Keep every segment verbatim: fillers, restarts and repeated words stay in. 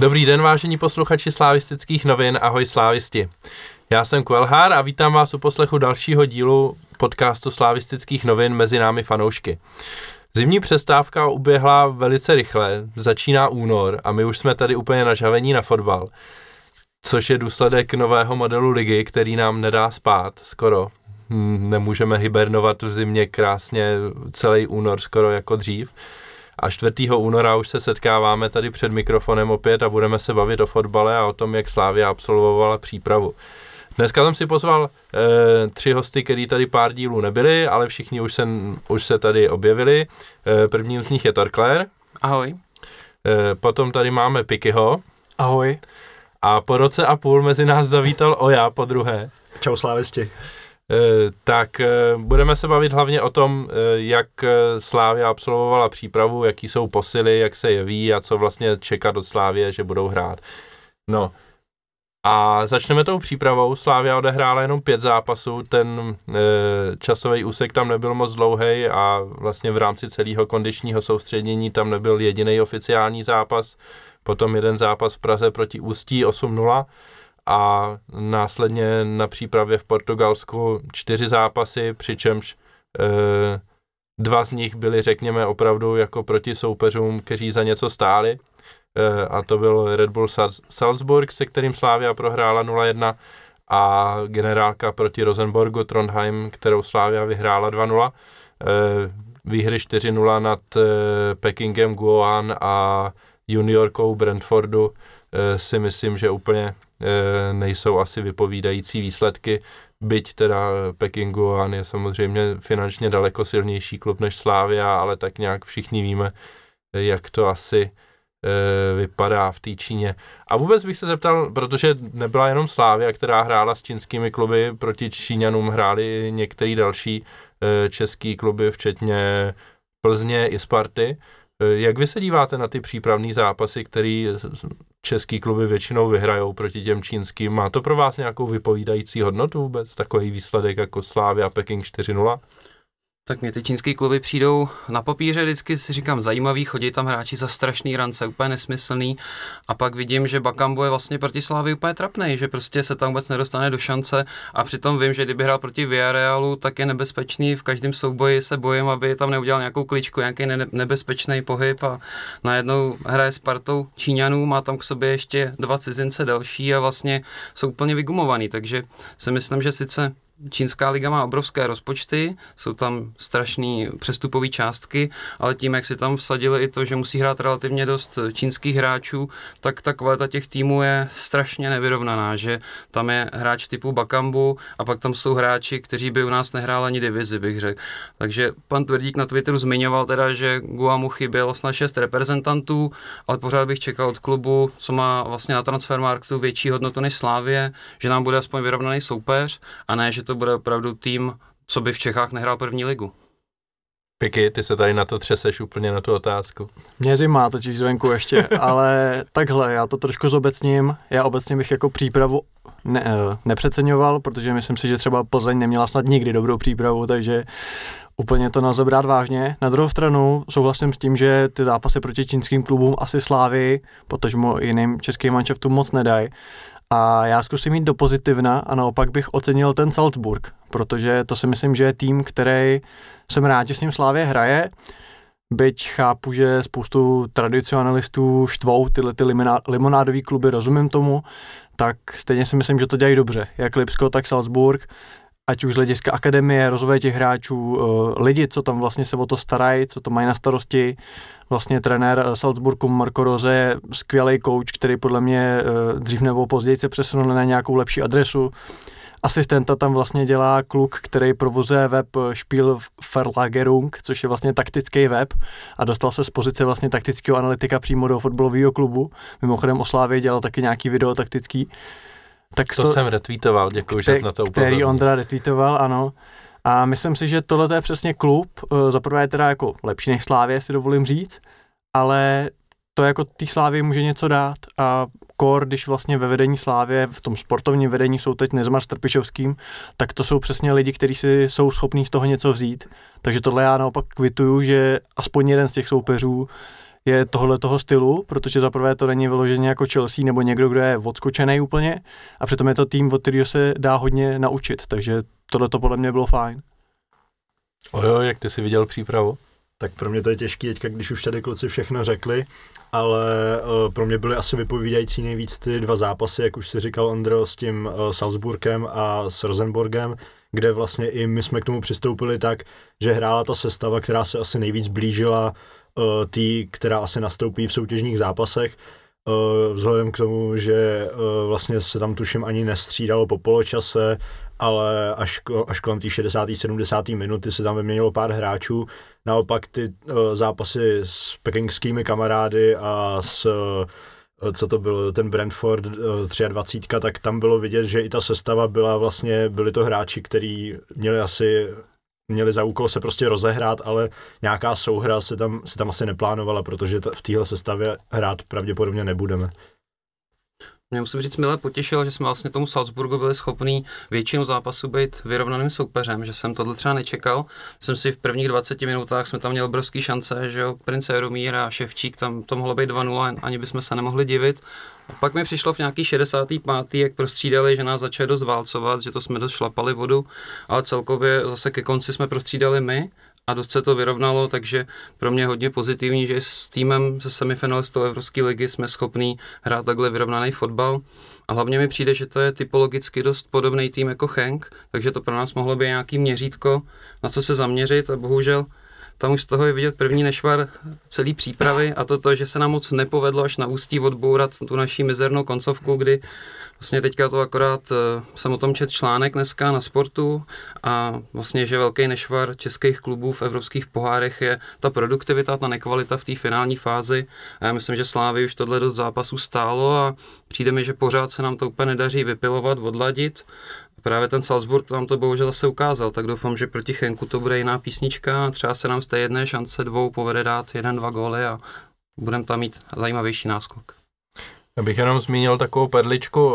Dobrý den, vážení posluchači Slavistických novin, ahoj slávisti. Já jsem Kvelhár a vítám vás u poslechu dalšího dílu podcastu Slavistických novin Mezi námi fanoušky. Zimní přestávka uběhla velice rychle, začíná únor a my už jsme tady úplně nažavení na fotbal, což je důsledek nového modelu ligy, který nám nedá spát skoro. Nemůžeme hibernovat v zimě krásně celý únor skoro jako dřív. A čtvrtého února už se setkáváme tady před mikrofonem opět a budeme se bavit o fotbale a o tom, jak Slavia absolvovala přípravu. Dneska jsem si pozval e, tři hosty, kteří tady pár dílů nebyli, ale všichni už se, už se tady objevili. E, prvním z nich je Torkler. Ahoj. E, potom tady máme Pikyho. Ahoj. A po roce a půl mezi nás zavítal Oja po druhé. Čau slávisti. Tak budeme se bavit hlavně o tom, jak Slavia absolvovala přípravu, jaký jsou posily, jak se jeví a co vlastně čekat od Slavie, že budou hrát. No a začneme tou přípravou. Slavia odehrála jenom pět zápasů, ten e, časový úsek tam nebyl moc dlouhý a vlastně v rámci celého kondičního soustředění tam nebyl jediný oficiální zápas. Potom jeden zápas v Praze proti Ústí osm nula. A následně na přípravě v Portugalsku čtyři zápasy, přičemž e, dva z nich byly, řekněme, opravdu jako proti soupeřům, kteří za něco stáli. E, a to byl Red Bull Salzburg, se kterým Slavia prohrála nula jedna a generálka proti Rosenborgu Trondheim, kterou Slavia vyhrála dva nula. E, výhry čtyři nula nad e, Pekingem Guoan a juniorkou Brentfordu e, si myslím, že úplně nejsou asi vypovídající výsledky, byť teda Peking Guoan je samozřejmě finančně daleko silnější klub než Slavia, ale tak nějak všichni víme, jak to asi e, vypadá v té Číně. A vůbec bych se zeptal, protože nebyla jenom Slavia, která hrála s čínskými kluby, proti Číňanům hráli některé další e, český kluby, včetně Plzně i Sparty. Jak vy se díváte na ty přípravné zápasy, které český kluby většinou vyhrajou proti těm čínským? Má to pro vás nějakou vypovídající hodnotu vůbec? Takový výsledek jako Slavia Peking čtyři nula? Tak mě ty čínský kluby přijdou na papíře, vždycky si říkám zajímavý, chodí tam hráči za strašný rance, úplně nesmyslný a pak vidím, že Bakambu je vlastně proti Slavii úplně trapnej, že prostě se tam vůbec nedostane do šance a přitom vím, že kdyby hrál proti Villarealu, tak je nebezpečný, v každém souboji se bojím, aby tam neudělal nějakou kličku, nějaký ne- nebezpečný pohyb a najednou hraje s partou Číňanů, má tam k sobě ještě dva cizince další a vlastně jsou úplně vygumovaný, takže si myslím, že sice Čínská liga má obrovské rozpočty, jsou tam strašný přestupové částky, ale tím, jak si tam vsadili i to, že musí hrát relativně dost čínských hráčů, tak ta kvalita těch týmů je strašně nevyrovnaná, že tam je hráč typu Bakambu a pak tam jsou hráči, kteří by u nás nehráli ani divizi, bych řekl. Takže pan Tvrdík na Twitteru zmiňoval teda, že Guamu chybělo snad šest reprezentantů, ale pořád bych čekal od klubu, co má vlastně na Transfermarktu větší hodnotu než Slavie, že nám bude aspoň vyrovnaný soupeř a ne, že to bude opravdu tým, co by v Čechách nehrál první ligu. Piky, ty se tady na to třeseš úplně na tu otázku. Mě zima totiž zvenku ještě, ale takhle, já to trošku zobecním. Já obecně bych jako přípravu ne, nepřeceňoval, protože myslím si, že třeba Plzeň neměla snad nikdy dobrou přípravu, takže úplně to nelze brát vážně. Na druhou stranu souhlasím s tím, že ty zápasy proti čínským klubům asi Slávii, potažmo jiným českým manšaftům moc nedají. A já zkusím jít do pozitivna a naopak bych ocenil ten Salzburg, protože to si myslím, že je tým, který jsem rád, že s ním Slavie hraje, byť chápu, že spoustu tradicionalistů štvou tyhle ty limonádový kluby, rozumím tomu, tak stejně si myslím, že to dělají dobře, jak Lipsko, tak Salzburg, ať už z hlediska akademie, rozvoje těch hráčů, lidi, co tam vlastně se o to starají, co to mají na starosti. Vlastně trenér Salzburgu Marco Rose je skvělý coach, který podle mě dřív nebo později se přesunul na nějakou lepší adresu. Asistenta tam vlastně dělá kluk, který provozuje web Spielverlagerung, což je vlastně taktický web a dostal se z pozice vlastně taktického analytika přímo do fotbalového klubu. Mimochodem o Slavii dělal taky nějaký video taktický. Tak to, to jsem retweetoval, děkuji, že jsi na to upozornil. Který Ondra retweetoval, ano. A myslím si, že tohle je přesně klub, zaprvé je teda jako lepší než Slavie, si dovolím říct, ale to jako té Slávii může něco dát a kor, když vlastně ve vedení Slávie, v tom sportovním vedení jsou teď Nezmar s Trpišovským, tak to jsou přesně lidi, kteří si jsou schopní z toho něco vzít. Takže tohle já naopak kvituju, že aspoň jeden z těch soupeřů je tohle toho stylu, protože zaprvé to není vyloženě jako Chelsea nebo někdo, kdo je odskočený úplně a přitom je to tým, od kterého se dá hodně naučit, takže tohle to podle mě bylo fajn. Ojo, jak ty jsi viděl přípravu? Tak pro mě to je těžký teďka, když už tady kluci všechno řekli, ale uh, pro mě byly asi vypovídající nejvíc ty dva zápasy, jak už si říkal Ondro, s tím uh, Salzburgem a s Rosenborgem, kde vlastně i my jsme k tomu přistoupili tak, že hrála ta sestava, která se asi nejvíc blížila uh, tý, která asi nastoupí v soutěžních zápasech, uh, vzhledem k tomu, že uh, vlastně se tam tuším ani nestřídalo po poločase, ale až, až kolem té šedesáté sedmdesáté minuty se tam vyměnilo pár hráčů. Naopak ty uh, zápasy s pekingskými kamarády a s, uh, co to bylo, ten Brentford uh, dvacet tři, tak tam bylo vidět, že i ta sestava byla vlastně, byli to hráči, kteří měli asi, měli za úkol se prostě rozehrát, ale nějaká souhra se tam, se tam asi neplánovala, protože t- v téhle sestavě hrát pravděpodobně nebudeme. Mě musím říct, milé potěšilo, že jsme vlastně tomu Salzburgu byli schopní většinu zápasů být vyrovnaným soupeřem, že jsem tohle třeba nečekal. Jsem si v prvních dvaceti minutách jsme tam měli obrovský šance, že jo, Prince Jaromír a Ševčík, tam to mohlo být dva nula, ani bychom se nemohli divit. A pak mi přišlo v nějaký šedesáté páté jak prostřídali, že nás začali dost válcovat, že to jsme dost šlapali vodu, ale celkově zase ke konci jsme prostřídali my. A dost se to vyrovnalo, takže pro mě hodně pozitivní, že s týmem ze semifinalistou Evropské ligy jsme schopní hrát takhle vyrovnaný fotbal. A hlavně mi přijde, že to je typologicky dost podobný tým jako Genk, takže to pro nás mohlo být nějaký měřítko, na co se zaměřit a bohužel tam už z toho je vidět první nešvar celý přípravy a to to, že se nám moc nepovedlo až na Ústí odbourat tu naší mizernou koncovku, kdy vlastně teďka to akorát jsem o tom čet článek dneska na Sportu a vlastně, že velký nešvar českých klubů v evropských pohárech je ta produktivita, ta nekvalita v té finální fázi a já myslím, že Slávy už tohle dost zápasů stálo a přijde mi, že pořád se nám to úplně nedaří vypilovat, odladit. Právě ten Salzburg nám to bohužel zase ukázal, tak doufám, že proti Genku to bude jiná písnička, třeba se nám z té jedné šance dvou povede dát jeden, dva góly a budeme tam mít zajímavější náskok. Já bych jenom zmínil takovou perličku.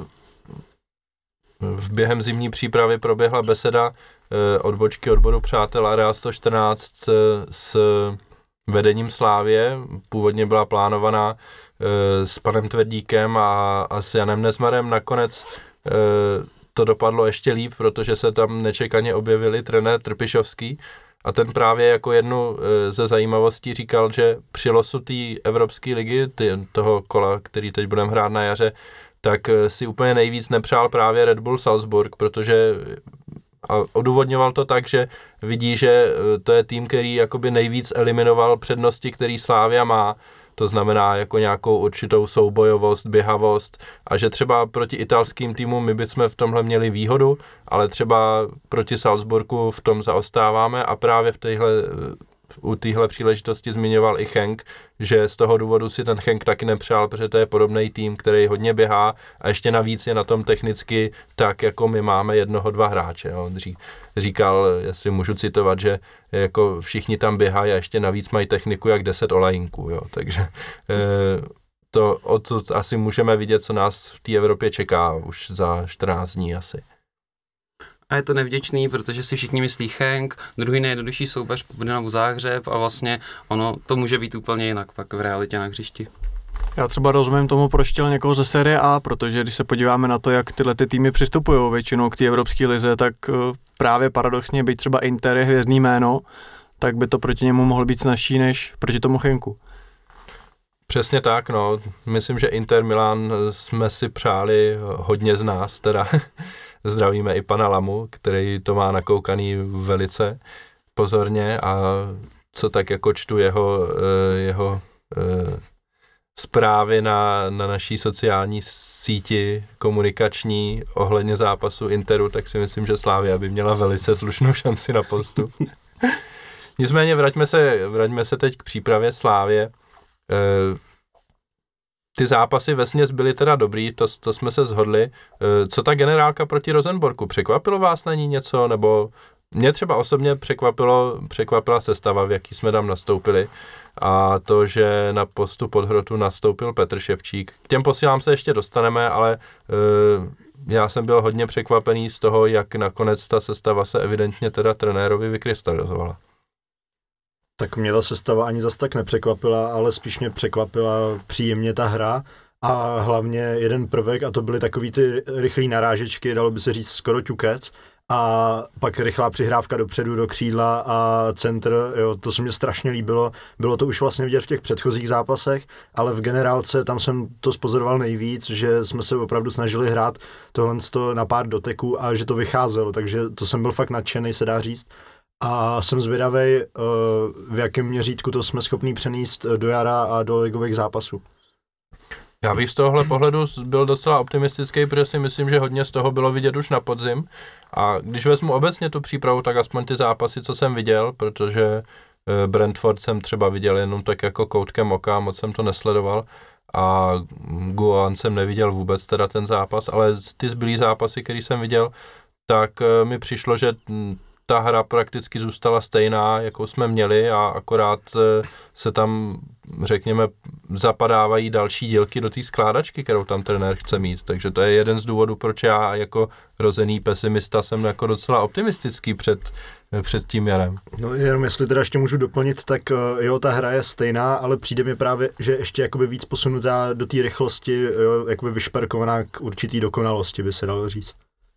V během zimní přípravy proběhla beseda odbočky odboru Přátel Area sto čtrnáct s vedením Slávie. Původně byla plánovaná s panem Tvrdíkem a, a s Janem Nezmarem. Nakonec to dopadlo ještě líp, protože se tam nečekaně objevili trenér Trpišovský a ten právě jako jednu ze zajímavostí říkal, že při losu té Evropské ligy, ty, toho kola, který teď budeme hrát na jaře, tak si úplně nejvíc nepřál právě Red Bull Salzburg, protože a odůvodňoval to tak, že vidí, že to je tým, který jakoby nejvíc eliminoval přednosti, který Slavia má. To znamená jako nějakou určitou soubojovost, běhavost a že třeba proti italským týmům my bychom v tomhle měli výhodu, ale třeba proti Salzburgu v tom zaostáváme a právě v téhle, u téhle příležitosti zmiňoval i Genk, že z toho důvodu si ten Genk taky nepřál, protože to je podobný tým, který hodně běhá a ještě navíc je na tom technicky tak, jako my máme jednoho, dva hráče. Jo. Říkal, jestli můžu citovat, že jako všichni tam běhají a ještě navíc mají techniku jak deset olajínků. Jo. Takže to odsud asi můžeme vidět, co nás v té Evropě čeká už za čtrnáct dní asi. A je to nevděčný, protože si všichni myslí Genk, druhý nejjednodušší soupeř bude na Záhřeb a vlastně ono to může být úplně jinak pak v realitě na hřišti. Já třeba rozumím tomu, proč chtěl někoho ze série A, protože když se podíváme na to, jak tyhle ty týmy přistupují většinou k té evropské lize, tak právě paradoxně, byť třeba Inter je hvězdný jméno, tak by to proti němu mohlo být snazší než proti tomu Genku. Přesně tak, no. Myslím, že Inter Milan jsme si přáli hodně z nás, teda zdravíme i pana Lamu, který to má nakoukaný velice pozorně a co tak jako čtu jeho, jeho zprávy na, na naší sociální síti komunikační ohledně zápasu Interu, tak si myslím, že Slavia by měla velice slušnou šanci na postup. Nicméně vraťme se, vraťme se teď k přípravě Slavie. Ty zápasy vesměs byly teda dobrý, to, to jsme se shodli. Co ta generálka proti Rosenborgu? Překvapilo vás na ní něco? Nebo mě třeba osobně překvapilo, překvapila sestava, v jaký jsme tam nastoupili. A to, že na postu Podhrotu nastoupil Petr Ševčík. K těm posílám se ještě dostaneme, ale uh, já jsem byl hodně překvapený z toho, jak nakonec ta sestava se evidentně teda trenérovi vykrystalizovala. Tak mě ta sestava ani zas tak nepřekvapila, ale spíš mě překvapila příjemně ta hra a hlavně jeden prvek, a to byly takový ty rychlý narážečky, dalo by se říct skoro ťukec, a pak rychlá přihrávka dopředu do křídla a centr, jo, to se mi strašně líbilo. Bylo to už vlastně vidět v těch předchozích zápasech, ale v generálce tam jsem to spozoroval nejvíc, že jsme se opravdu snažili hrát tohle na pár doteků a že to vycházelo, takže to jsem byl fakt nadšený, se dá říct. A jsem zvědavej, v jakém měřítku to jsme schopní přenést do jara a do ligových zápasů. Já bych z tohohle pohledu byl docela optimistický, protože si myslím, že hodně z toho bylo vidět už na podzim. A když vezmu obecně tu přípravu, tak aspoň ty zápasy, co jsem viděl, protože Brentford jsem třeba viděl jenom tak jako koutkem oka, moc jsem to nesledoval. A Guoan jsem neviděl vůbec teda ten zápas, ale ty zbylý zápasy, který jsem viděl, tak mi přišlo, že ta hra prakticky zůstala stejná, jakou jsme měli, a akorát se tam, řekněme, zapadávají další dílky do té skládačky, kterou tam trenér chce mít. Takže to je jeden z důvodů, proč já jako rozený pesimista jsem jako docela optimistický před, před tím jarem. No jenom jestli teda ještě můžu doplnit, tak jo, ta hra je stejná, ale přijde mi právě, že ještě jakoby víc posunutá do té rychlosti, jo, jakoby vyšperkovaná k určitý dokonalosti, by se dalo říct.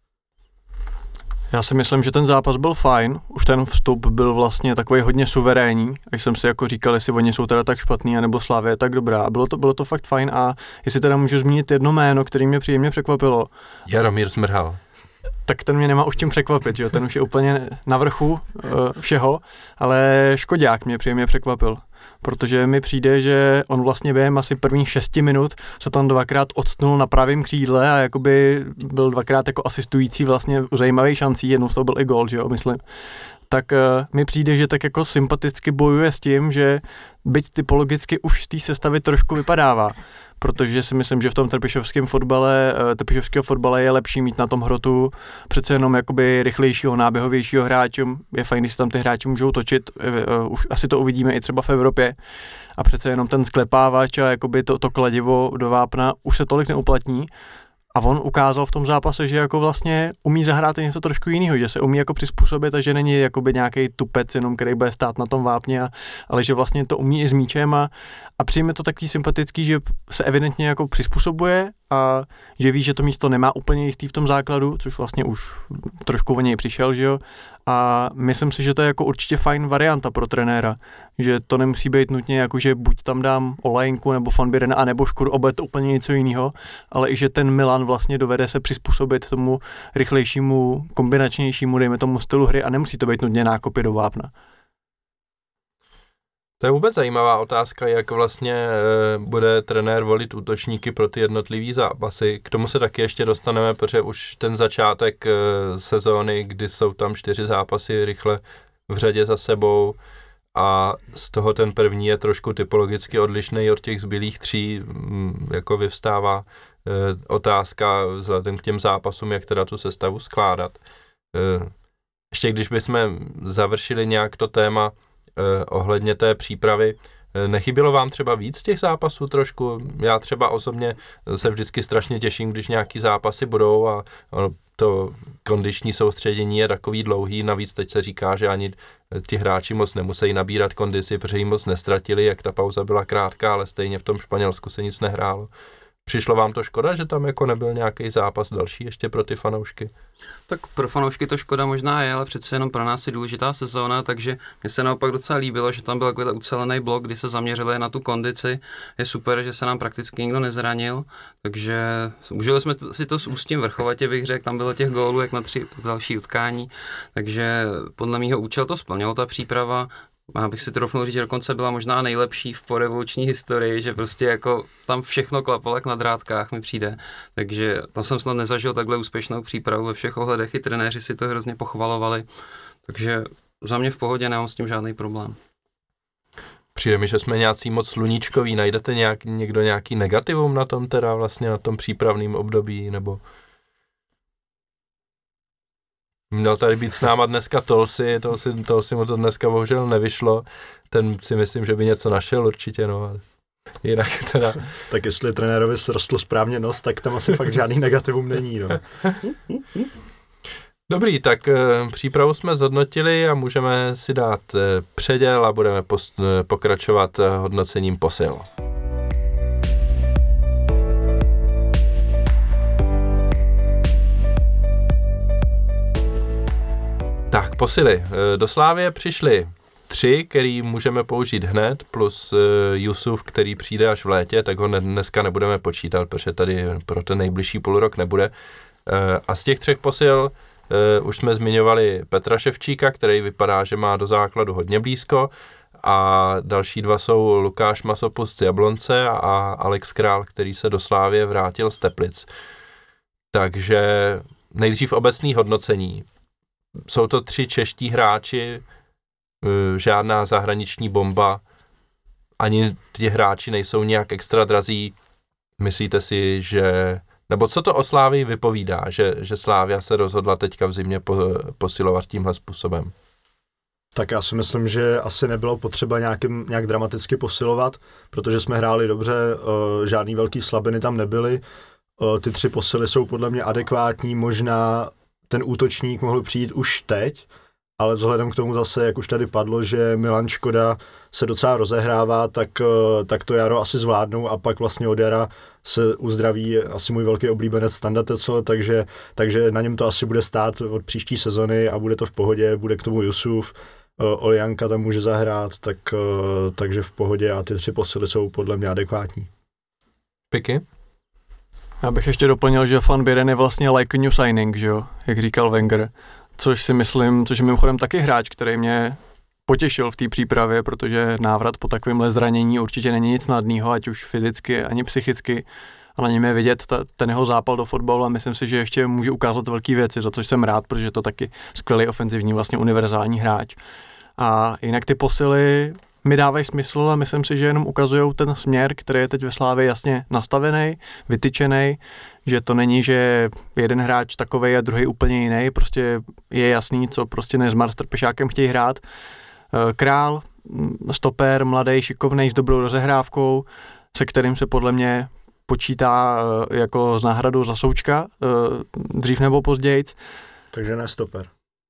Já si myslím, že ten zápas byl fajn, už ten vstup byl vlastně takový hodně suverénní, až jsem si jako říkal, jestli oni jsou teda tak špatný, anebo Slavia je tak dobrá. A bylo to, bylo to fakt fajn, a jestli teda můžu zmínit jedno jméno, který mě příjemně překvapilo. Jaromír Smrhal. Tak ten mě nemá už čím překvapit, že jo, ten už je úplně na vrchu uh, všeho, ale Škodák mě příjemně překvapil. Protože mi přijde, že on vlastně během asi prvních šesti minut se tam dvakrát odstnul na pravém křídle a jakoby byl dvakrát jako asistující vlastně zajímavý šancí, jednou z toho byl i gól, že jo, myslím. Tak uh, mi přijde, že tak jako sympaticky bojuje s tím, že byť typologicky už z té sestavy trošku vypadává, protože si myslím, že v tom trpišovském fotbale, uh, trpišovského fotbale je lepší mít na tom hrotu přece jenom jakoby rychlejšího, náběhovějšího hráče. Je fajn, když se tam ty hráči můžou točit, uh, už asi to uvidíme i třeba v Evropě, a přece jenom ten sklepávač a jakoby to, to kladivo do vápna už se tolik neuplatní. A on ukázal v tom zápase, že jako vlastně umí zahrát něco trošku jiného, že se umí jako přizpůsobit a že není jakoby nějaký tupec jenom, který bude stát na tom vápně, a, ale že vlastně to umí i s míčem, a, a přijme to takový sympatický, že se evidentně jako přizpůsobuje a že ví, že to místo nemá úplně jistý v tom základu, což vlastně už trošku o něj přišel, že jo. A myslím si, že to je jako určitě fajn varianta pro trenéra, že to nemusí být nutně jako, že buď tam dám Olajnku nebo Van Birena a nebo Škur, oba je to úplně něco jiného, ale i že ten Milan vlastně dovede se přizpůsobit tomu rychlejšímu, kombinačnějšímu, dejme tomu stylu hry, a nemusí to být nutně nákopy do vápna. To je vůbec zajímavá otázka, jak vlastně e, bude trenér volit útočníky pro ty jednotlivý zápasy. K tomu se taky ještě dostaneme, protože už ten začátek e, sezóny, kdy jsou tam čtyři zápasy rychle v řadě za sebou, a z toho ten první je trošku typologicky odlišný od těch zbylých tří, m, jako vyvstává e, otázka vzhledem k těm zápasům, jak teda tu sestavu skládat. E, ještě když bychom završili nějak to téma Eh, ohledně té přípravy, eh, nechybělo vám třeba víc těch zápasů trošku? Já třeba osobně se vždycky strašně těším, když nějaký zápasy budou, a to kondiční soustředění je takový dlouhý, navíc teď se říká, že ani ti hráči moc nemusí nabírat kondici, protože jim moc nestratili, jak ta pauza byla krátká, ale stejně v tom Španělsku se nic nehrálo. Přišlo vám to škoda, že tam jako nebyl nějaký zápas další ještě pro ty fanoušky? Tak pro fanoušky to škoda možná je, ale přece jenom pro nás je důležitá sezóna, takže mně se naopak docela líbilo, že tam byl takový ucelený blok, kdy se zaměřili na tu kondici. Je super, že se nám prakticky nikdo nezranil, takže užili jsme si to s Ústím Vrchovatě, bych řekl, tam bylo těch gólů jak na tři další utkání, takže podle mýho účel to splnilo ta příprava. Já bych si trofnul říct, že dokonce byla možná nejlepší v porevoluční historii, že prostě jako tam všechno klapalo jak na drátkách, mi přijde. Takže tam jsem snad nezažil takhle úspěšnou přípravu ve všech ohledech, i trenéři si to hrozně pochvalovali. Takže za mě v pohodě, nemám s tím žádný problém. Přijde mi, že jsme nějací moc sluníčkoví. Najdete nějak, někdo nějaký negativum na tom teda vlastně, na tom přípravném období, nebo... Měl tady být s náma dneska Tolsi, Tolsi, Tolsi mu to dneska bohužel nevyšlo, ten si myslím, že by něco našel určitě, no, ale jinak teda... Tak jestli trenérovi srostl správně nos, tak tam asi fakt žádný negativum není, no. Dobrý, tak e, přípravu jsme zhodnotili a můžeme si dát e, předěl a budeme post, e, pokračovat e, hodnocením posil. Tak, posily. E, do Slávie přišly tři, který můžeme použít hned, plus e, Jusuf, který přijde až v létě, tak ho ne, dneska nebudeme počítat, protože tady pro ten nejbližší půlrok nebude. E, a z těch třech posil Uh, už jsme zmiňovali Petra Ševčíka, který vypadá, že má do základu hodně blízko, a další dva jsou Lukáš Masopust z Jablonce a Alex Král, který se do Slávie vrátil z Teplic. Takže nejdřív obecný hodnocení. Jsou to tři čeští hráči, uh, žádná zahraniční bomba, ani ti hráči nejsou nějak extra drazí. Myslíte si, že nebo co to o Slávii vypovídá, že, že Slávia se rozhodla teďka v zimě po, posilovat tímhle způsobem? Tak já si myslím, že asi nebylo potřeba nějakým, nějak dramaticky posilovat, protože jsme hráli dobře, uh, žádný velký slabiny tam nebyly. Uh, ty tři posily jsou podle mě adekvátní, možná ten útočník mohl přijít už teď, ale vzhledem k tomu zase, jak už tady padlo, že Milan Škoda se docela rozehrává, tak, tak to jaro asi zvládnou a pak vlastně od jara se uzdraví asi můj velký oblíbenec Standa Tecel, takže, takže na něm to asi bude stát od příští sezony a bude to v pohodě, bude k tomu Jusuf, Oljanka tam může zahrát, tak, takže v pohodě a ty tři posily jsou podle mě adekvátní. Piky? Já bych ještě doplnil, že Van Buren je vlastně like a new signing, že jo, jak říkal Wenger. Což si myslím, což je mimochodem taky hráč, který mě potěšil v té přípravě, protože návrat po takovémhle zranění určitě není nic snadného, ať už fyzicky, ani psychicky. A na něm je vidět ta, ten jeho zápal do fotbalu a myslím si, že ještě může ukázat velké věci, za což jsem rád, protože je to taky skvělý ofenzivní, vlastně univerzální hráč. A jinak ty posily mi dávají smysl a myslím si, že jenom ukazují ten směr, který je teď ve Slávii jasně nastavený, vytyčený, že to není, že jeden hráč takovej a druhý úplně jiný, prostě je jasný, co prostě Nezmar s Trpešákem chtějí hrát. Král, stoper, mladý, šikovnej, s dobrou rozehrávkou, se kterým se podle mě počítá jako z náhradu za Součka, dřív nebo později. Takže ne stoper.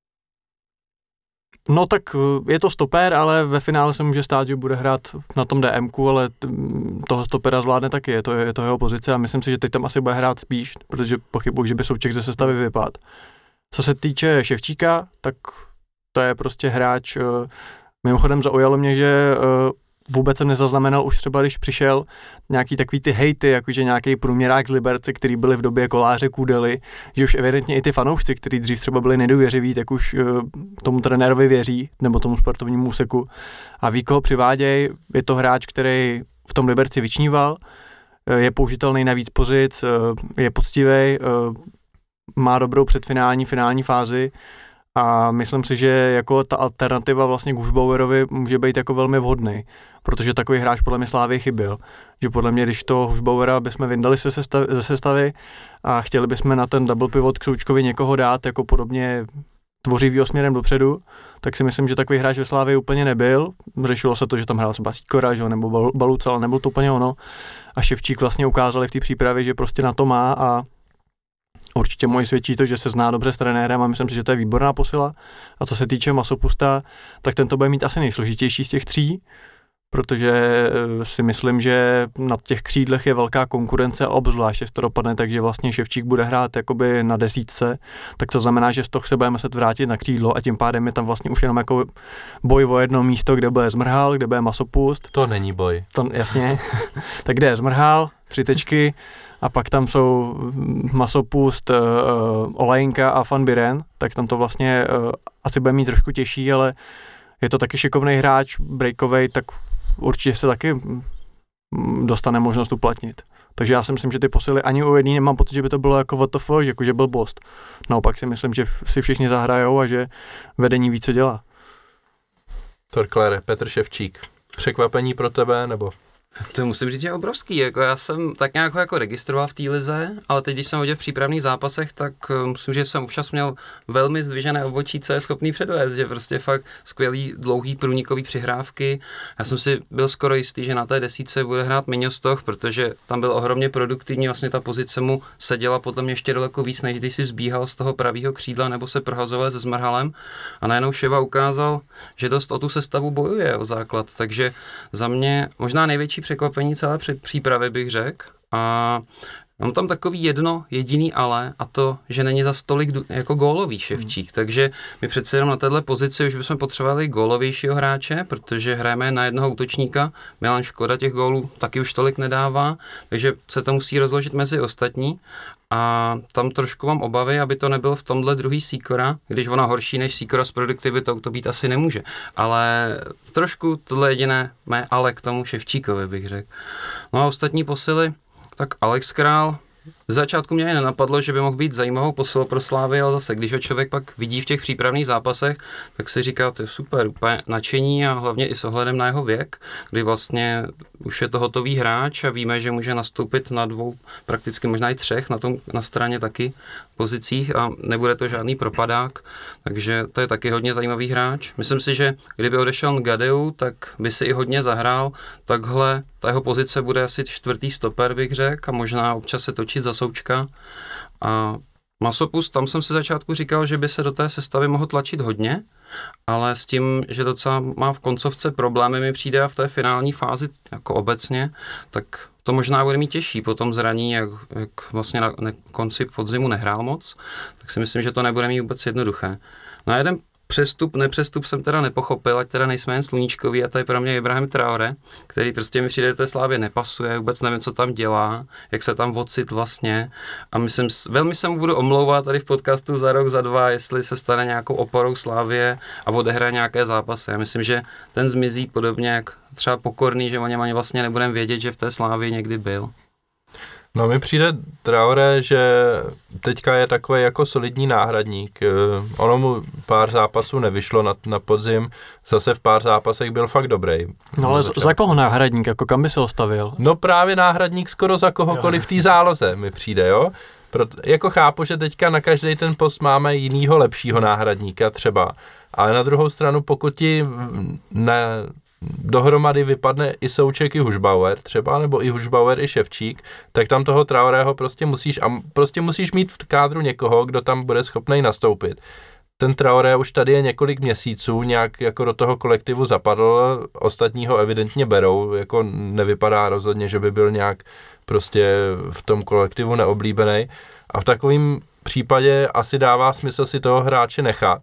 No tak je to stoper, ale ve finále se může stát, že bude hrát na tom D M ku, ale toho stopera zvládne taky, je to, je to jeho pozice a myslím si, že teď tam asi bude hrát spíš, protože pochybuji, že by Souček ze sestavy vypadl. Co se týče Ševčíka, tak to je prostě hráč, mimochodem zaujalo mě, že vůbec jsem nezaznamenal už třeba, když přišel nějaký takový ty hejty, jakože nějaký průměrák z Liberce, který byli v době Koláře, Kudely, že už evidentně i ty fanoušci, kteří dřív třeba byli nedůvěřiví, tak už uh, tomu trenérovi věří, nebo tomu sportovnímu úseku a ví, koho přiváděj. Je to hráč, který v tom Liberci vyčníval, je použitelný na víc pozic, uh, je poctivý, uh, má dobrou předfinální, finální fázi. A myslím si, že jako ta alternativa vlastně k Hušbauerovi může být jako velmi vhodný, protože takový hráč podle mě Slávy chyběl. Že podle mě, když to Hušbauera bychom vyndali ze sestavy, ze sestavy a chtěli bychom na ten double pivot k Součkovi někoho dát jako podobně tvořivýho směrem dopředu, tak si myslím, že takový hráč ve Slávii úplně nebyl. Řešilo se to, že tam hrál třeba Sikora, že, nebo Baluca, ale nebyl to úplně ono. A Ševčík vlastně ukázali v té přípravě, že prostě na to má a určitě moji svědčí to, že se zná dobře s trenérem a myslím si, že to je výborná posila. A co se týče Masopusta, tak ten to bude mít asi nejsložitější z těch tří, protože si myslím, že na těch křídlech je velká konkurence, obzvlášť jestli to dopadne, takže vlastně Ševčík bude hrát jakoby na desítce, tak to znamená, že z toho se budeme muset vrátit na křídlo a tím pádem je tam vlastně už jenom jako boj o jedno místo, kde bude Zmrhal, kde bude Masopust. To není boj. To, jasně. Tak kde je Zmrhal, tři tečky, a pak tam jsou Masopust, uh, Olajinka a Van Buren, tak tam to vlastně uh, asi bude mít trošku těžší, ale je to taky šikovný hráč, breakovej, tak určitě se taky dostane možnost uplatnit. Takže já si myslím, že ty posily ani u jedný nemám pocit, že by to bylo jako W T F, že, jako, že byl bost. Naopak si myslím, že si všichni zahrajou a že vedení ví, co dělá. Torklére, Petr Ševčík. Překvapení pro tebe, nebo? To musím říct, že je obrovský. Jako já jsem tak nějak jako registroval v té lize, ale teď, když jsem viděl v přípravných zápasech, tak uh, musím říct, že jsem občas měl velmi zdvižené obočí, co je schopný předvést, že prostě fakt skvělý dlouhý průnikový přihrávky. Já jsem si byl skoro jistý, že na té desítce bude hrát Miňostoch, protože tam byl ohromně produktivní, vlastně ta pozice mu seděla podle mě ještě daleko víc, než když si zbíhal z toho pravého křídla nebo se prohazoval se Zmrhalem. A najednou Ševa ukázal, že dost o tu sestavu bojuje o základ, takže za mě možná největší překvapení celé přípravy bych řekl. A mám tam takový jedno jediný ale, a to, že není za stolik jako gólový Ševčík, hmm. takže my přece jenom na této pozici už bychom potřebovali gólovějšího hráče, protože hrajeme na jednoho útočníka, Milan Škoda těch gólů taky už tolik nedává, takže se to musí rozložit mezi ostatní. A tam trošku mám obavy, aby to nebyl v tomhle druhý Sýkora, když ona horší než Sýkora s produktivitou, to být asi nemůže. Ale trošku tohle jediné mé ale k tomu Ševčíkovi bych řekl. No a ostatní posily, tak Alex Král, z začátku mě nenapadlo, že by mohl být zajímavou posilou pro Slávy, ale zase, když ho člověk pak vidí v těch přípravných zápasech, tak si říká, to je super, úplně nadšení a hlavně i s ohledem na jeho věk, kdy vlastně už je to hotový hráč a víme, že může nastoupit na dvou, prakticky možná i třech, na tom na straně taky pozicích a nebude to žádný propadák, takže to je taky hodně zajímavý hráč. Myslím si, že kdyby odešel Ngadeu, tak by si i hodně zahrál, takhle ta jeho pozice bude asi čtvrtý stoper, bych řekl, a možná občas se točit za Součka. A Masopust, tam jsem se začátku říkal, že by se do té sestavy mohl tlačit hodně, ale s tím, že docela má v koncovce problémy, mi přijde a v té finální fázi jako obecně, tak to možná bude mít těžší po tom zraní, jak, jak vlastně na, na konci podzimu nehrál moc, tak si myslím, že to nebude mít vůbec jednoduché. No a jeden přestup, nepřestup jsem teda nepochopil, ať teda nejsme jen sluníčkový, a to je pro mě Ibrahim Traoré, který prostě mi přijde do té Slávy nepasuje, vůbec nevím, co tam dělá, jak se tam ocit vlastně a myslím, velmi se mu budu omlouvat tady v podcastu za rok, za dva, jestli se stane nějakou oporou Slávie a odehraje nějaké zápasy. Já myslím, že ten zmizí podobně jak třeba Pokorný, že o něm ani vlastně nebudeme vědět, že v té Slávii někdy byl. No mi přijde Traoré, že teďka je takový jako solidní náhradník. Ono mu pár zápasů nevyšlo na, na podzim, zase v pár zápasech byl fakt dobrý. No ale za koho náhradník, jako kam by se ostavil? No právě náhradník skoro za kohokoliv v té záloze mi přijde, jo. Proto, jako chápu, že teďka na každý ten post máme jinýho lepšího náhradníka třeba, ale na druhou stranu, pokud ti ne... dohromady vypadne i Souček, i Hušbauer třeba, nebo i Hušbauer, i Ševčík, tak tam toho Traorého prostě musíš, a prostě musíš mít v kádru někoho, kdo tam bude schopný nastoupit. Ten Traoré už tady je několik měsíců, nějak jako do toho kolektivu zapadl, ostatní ho evidentně berou, jako nevypadá rozhodně, že by byl nějak prostě v tom kolektivu neoblíbený. A v takovém případě asi dává smysl si toho hráče nechat.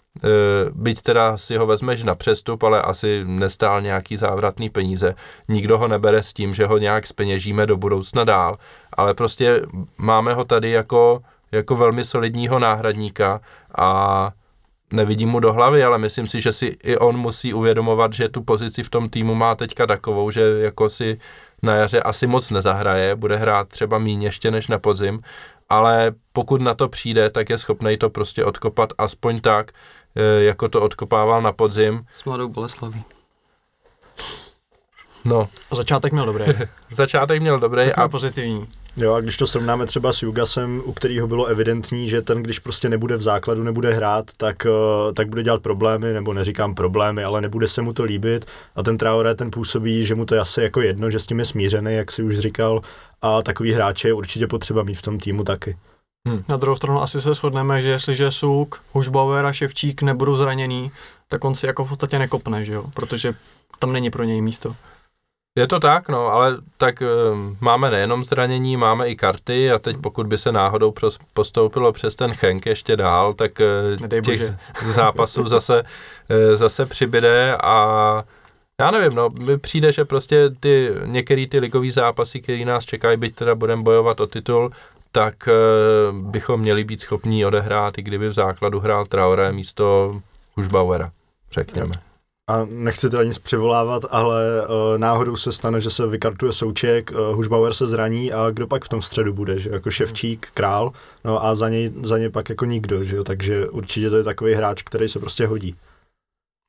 Byť teda si ho vezmeš na přestup, ale asi nestál nějaký závratný peníze. Nikdo ho nebere s tím, že ho nějak zpeněžíme do budoucna dál, ale prostě máme ho tady jako, jako velmi solidního náhradníka a nevidím mu do hlavy, ale myslím si, že si i on musí uvědomovat, že tu pozici v tom týmu má teďka takovou, že jako si na jaře asi moc nezahraje, bude hrát třeba míň ještě než na podzim, ale pokud na to přijde, tak je schopnej to prostě odkopat aspoň tak, jako to odkopával na podzim. S Mladou Boleslaví. No. Začátek měl dobrý. Začátek měl dobrý a pozitivní. Jo, a když to srovnáme třeba s Jugasem, u kterého bylo evidentní, že ten, když prostě nebude v základu, nebude hrát, tak, tak bude dělat problémy, nebo neříkám problémy, ale nebude se mu to líbit. A ten Traoré, ten působí, že mu to je asi jako jedno, že s tím je smířený, jak si už říkal, a takový hráče je určitě potřeba mít v tom týmu taky. Hmm. Na druhou stranu asi se shodneme, že jestliže Suk, Hušbauer a Ševčík nebudou zraněný, tak on si jako v podstatě nekopne, že jo? Protože tam není pro něj místo. Je to tak, no, ale tak e, máme nejenom zranění, máme i karty a teď pokud by se náhodou pros, postoupilo přes ten Chenk ještě dál, tak e, těch zápasů zase, e, zase přibyde a já nevím, no, mi přijde, že prostě ty některé ty ligový zápasy, které nás čekají, byť teda budeme bojovat o titul, tak e, bychom měli být schopní odehrát, i kdyby v základu hrál Traoré místo Hušbauera, řekněme. A nechci teda nic přivolávat, ale uh, náhodou se stane, že se vykartuje Souček, uh, Hušbauer se zraní a kdo pak v tom středu bude, že jako Ševčík, Král, no a za něj, za něj pak jako nikdo, že jo, takže určitě to je takový hráč, který se prostě hodí.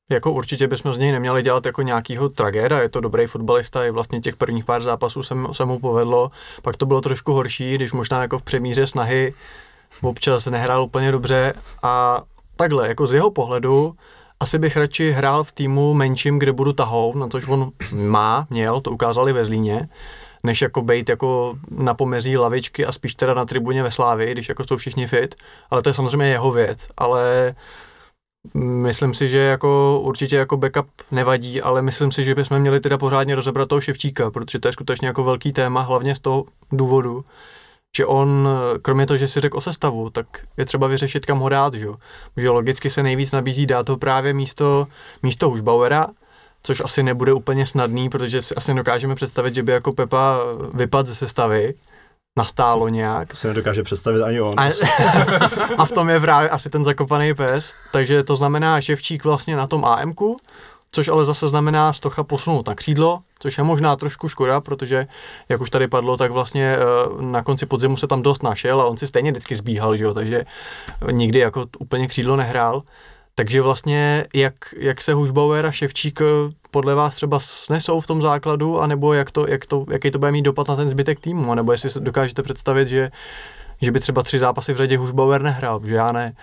jako určitě bychom z něj neměli dělat jako nějakýho tragéda, je to dobrý fotbalista, i vlastně těch prvních pár zápasů se, se mu povedlo, pak to bylo trošku horší, když možná jako v přemíře snahy občas nehrál úplně dobře a takhle, jako z jeho pohledu asi bych radši hrál v týmu menším, kde budu tahoun, na což on má, měl, to ukázali ve Zlíně, než jako bejt jako na pomezí lavičky a spíš teda na tribuně ve Slávii, když jako jsou všichni fit, ale to je samozřejmě jeho věc, ale myslím si, že jako určitě jako backup nevadí, ale myslím si, že bychom měli teda pořádně rozebrat toho Ševčíka, protože to je skutečně jako velký téma, hlavně z toho důvodu, že on, kromě toho, že si řekl o sestavu, tak je třeba vyřešit, kam ho dát, že? Že logicky se nejvíc nabízí dát ho právě místo, místo Hušbauera, což asi nebude úplně snadný, protože si asi dokážeme představit, že by jako Pepa vypadl ze sestavy, nastálo nějak. To si nedokáže představit ani on. A, a v tom je právě asi ten zakopaný pes, takže to znamená Ševčík vlastně na tom AMku, což ale zase znamená Stocha posunout na křídlo, což je možná trošku škoda, protože, jak už tady padlo, tak vlastně na konci podzimu se tam dost našel a on si stejně vždycky zbíhal, že jo, takže nikdy jako úplně křídlo nehrál. Takže vlastně, jak, jak se Hušbauer a Ševčík podle vás třeba snesou v tom základu, anebo jak to, jak to, jaký to bude mít dopad na ten zbytek týmu, nebo jestli se dokážete představit, že, že by třeba tři zápasy v řadě Hušbauer nehrál, že já ne.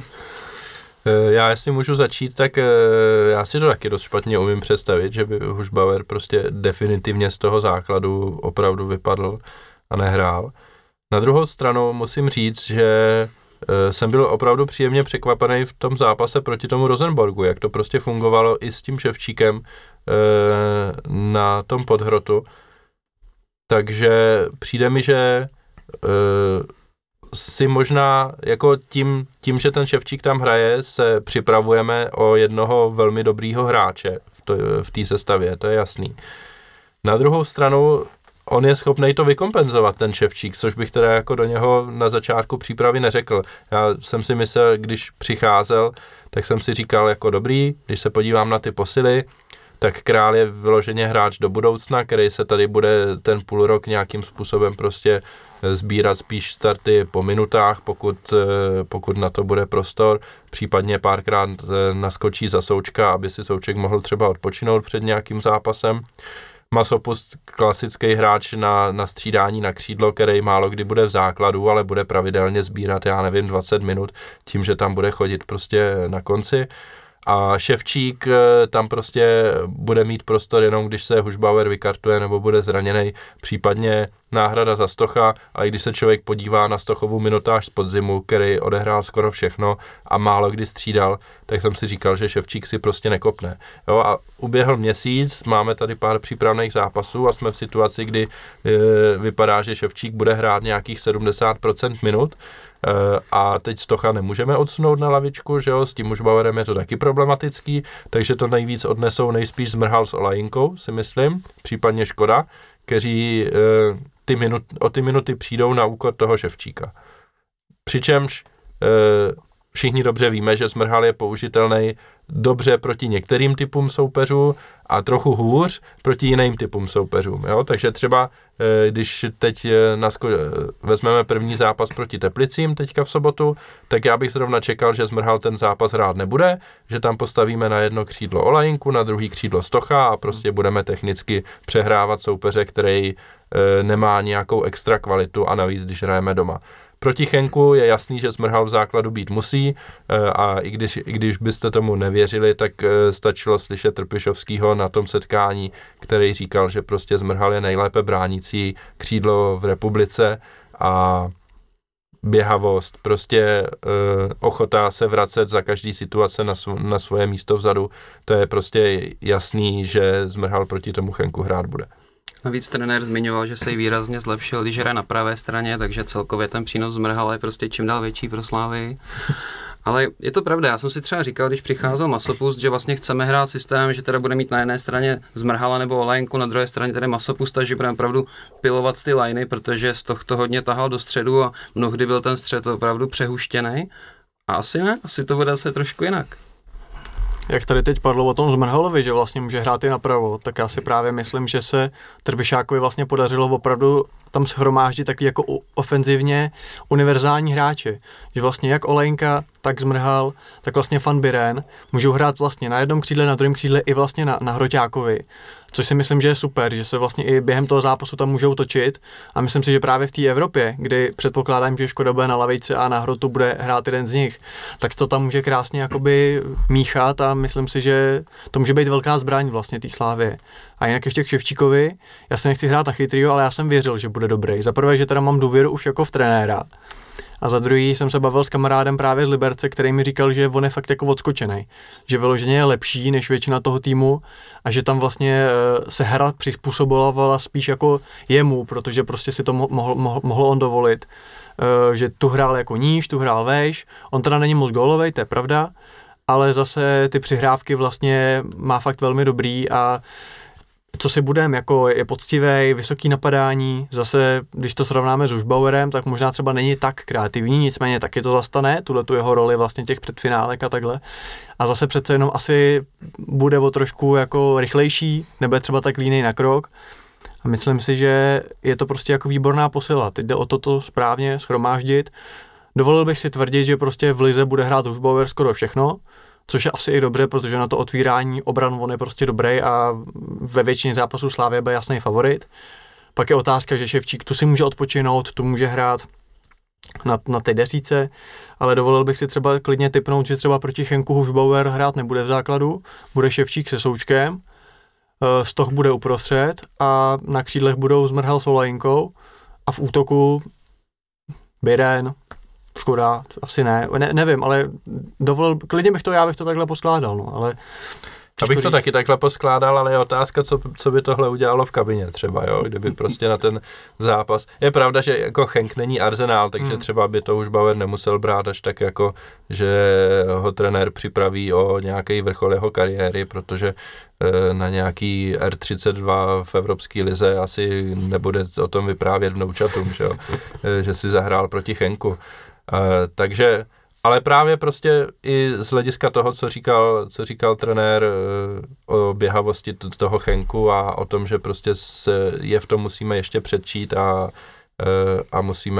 Já jestli můžu začít, tak já si to taky dost špatně umím představit, že by Hušbauer prostě definitivně z toho základu opravdu vypadl a nehrál. Na druhou stranu musím říct, že jsem byl opravdu příjemně překvapený v tom zápase proti tomu Rosenborgu, jak to prostě fungovalo i s tím Ševčíkem na tom podhrotu. Takže přijde mi, že si možná jako tím, tím, že ten Ševčík tam hraje, se připravujeme o jednoho velmi dobrýho hráče v té sestavě, to je jasný. Na druhou stranu on je schopný to vykompenzovat, ten Ševčík, což bych teda jako do něho na začátku přípravy neřekl. Já jsem si myslel, když přicházel, tak jsem si říkal jako dobrý, když se podívám na ty posily, tak Král je vyloženě hráč do budoucna, který se tady bude ten půl rok nějakým způsobem prostě sbírat spíš starty po minutách, pokud, pokud na to bude prostor, případně párkrát naskočí za Součka, aby si Souček mohl třeba odpočinout před nějakým zápasem. Masopust, klasický hráč na, na střídání na křídlo, který málo kdy bude v základu, ale bude pravidelně sbírat, já nevím, dvacet minut, tím, že tam bude chodit prostě na konci. A Ševčík tam prostě bude mít prostor jenom, když se Hušbauer vykartuje nebo bude zraněný, případně náhrada za Stocha, a i když se člověk podívá na Stochovu minutáž z podzimu, který odehrál skoro všechno a málo kdy střídal, tak jsem si říkal, že Ševčík si prostě nekopne. Jo, a uběhl měsíc, máme tady pár přípravných zápasů a jsme v situaci, kdy e, vypadá, že Ševčík bude hrát nějakých sedmdesát procent minut, a teď Stocha nemůžeme odsunout na lavičku, že jo, s tím Hušbauerem je to taky problematický, takže to nejvíc odnesou nejspíš Zmrhal s Olajinkou, si myslím, případně Škoda, kteří e, ty minut, o ty minuty přijdou na úkor toho Ševčíka. Přičemž e, všichni dobře víme, že Zmrhal je použitelný dobře proti některým typům soupeřů a trochu hůř proti jiným typům soupeřům. Jo? Takže třeba, když teď nasko- vezmeme první zápas proti Teplicím teďka v sobotu, tak já bych zrovna čekal, že Zmrhal ten zápas hrát nebude, že tam postavíme na jedno křídlo Olajinku, na druhý křídlo Stocha a prostě budeme technicky přehrávat soupeře, který e, nemá nějakou extra kvalitu a navíc, když hrajeme doma. Proti Chenku je jasný, že Zmrhal v základu být musí a i když, i když byste tomu nevěřili, tak stačilo slyšet Trpišovskýho na tom setkání, který říkal, že prostě Zmrhal je nejlépe bránící křídlo v republice a běhavost, prostě uh, ochota se vracet za každý situace na, sv- na svoje místo vzadu, to je prostě jasný, že Zmrhal proti tomu Chenku hrát bude. Navíc trenér zmiňoval, že se jí výrazně zlepšil, když hraje na pravé straně, takže celkově ten přínos Zmrhala je prostě čím dál větší pro Slávii. Ale je to pravda, já jsem si třeba říkal, když přicházel Masopust, že vlastně chceme hrát systém, že teda bude mít na jedné straně Zmrhala nebo Olajnku, na druhé straně tedy Masopusta, že budeme opravdu pilovat ty liney, protože z toho to hodně tahal do středu a mnohdy byl ten střed opravdu přehuštěný. A asi ne, asi to bude se trošku jinak. Jak tady teď padlo o tom Zmrhalovi, že vlastně může hrát i napravo, tak já si právě myslím, že se Trbišákovi vlastně podařilo opravdu tam shromáždit taky jako ofenzivně univerzální hráče. Že vlastně jak Olejnka, tak Zmrhal, tak vlastně Van Buren můžou hrát vlastně na jednom křídle, na druhém křídle i vlastně na, na Hroťákovi. Což si myslím, že je super, že se vlastně i během toho zápasu tam můžou točit a myslím si, že právě v té Evropě, kdy předpokládám, že Škoda bude na lavici a na Hrotu bude hrát jeden z nich, tak to tam může krásně jakoby míchat a myslím si, že to může být velká zbraň vlastně té Slávie. A jinak ještě k Ševčíkovi, já se nechci hrát na chytrýho, ale já jsem věřil, že bude dobrý. Za prvé, že teda mám důvěru už jako v trenéra. A za druhý jsem se bavil s kamarádem právě z Liberce, který mi říkal, že on je fakt jako odskočenej. Že vyloženě je lepší než většina toho týmu a že tam vlastně se hra přizpůsobovala spíš jako jemu, protože prostě si to mohl, mohl, mohl on dovolit. Že tu hrál jako níž, tu hrál vejš. On teda není moc gólovej, to je pravda, ale zase ty přihrávky vlastně má fakt velmi dobrý a co si budem, jako je poctivý, vysoký napadání, zase, když to srovnáme s Užbauerem, tak možná třeba není tak kreativní, nicméně taky to zastane, tuhle tu jeho roli vlastně těch předfinálek a takhle. A zase přece jenom asi bude o trošku jako rychlejší, nebude třeba tak línej na krok. A myslím si, že je to prostě jako výborná posila. Teď jde o toto správně shromáždit. Dovolil bych si tvrdit, že prostě v lize bude hrát Užbauer skoro všechno, což je asi i dobře, protože na to otvírání obran on je prostě dobrý a ve většině zápasů Slávie byl jasný favorit. Pak je otázka, že Ševčík tu si může odpočinout, tu může hrát na, na té desíce, ale dovolil bych si třeba klidně tipnout, že třeba proti Chenku Hušbauer hrát nebude v základu, bude Ševčík se Součkem, Stoch bude uprostřed a na křídlech budou Zmrhal s Olajinkou a v útoku Biren, Škoda, asi ne, ne, nevím, ale dovolil, klidně bych to, já bych to takhle poskládal, no, ale... Abych to taky takhle poskládal, ale je otázka, co, co by tohle udělalo v kabině třeba, jo, kdyby prostě na ten zápas. Je pravda, že jako Chenk není Arsenal, takže hmm. třeba by to už Bauer nemusel brát až tak jako, že ho trenér připraví o nějaký vrchol jeho kariéry, protože e, na nějaký R třicet dva v Evropské lize asi nebude o tom vyprávět vnoučatům, že, jo, e, že si zahrál proti Chenku. E, takže ale právě prostě i z hlediska toho, co říkal, co říkal trenér o běhavosti toho Chenku a o tom, že prostě se je v tom musíme ještě předčít a, a musíme,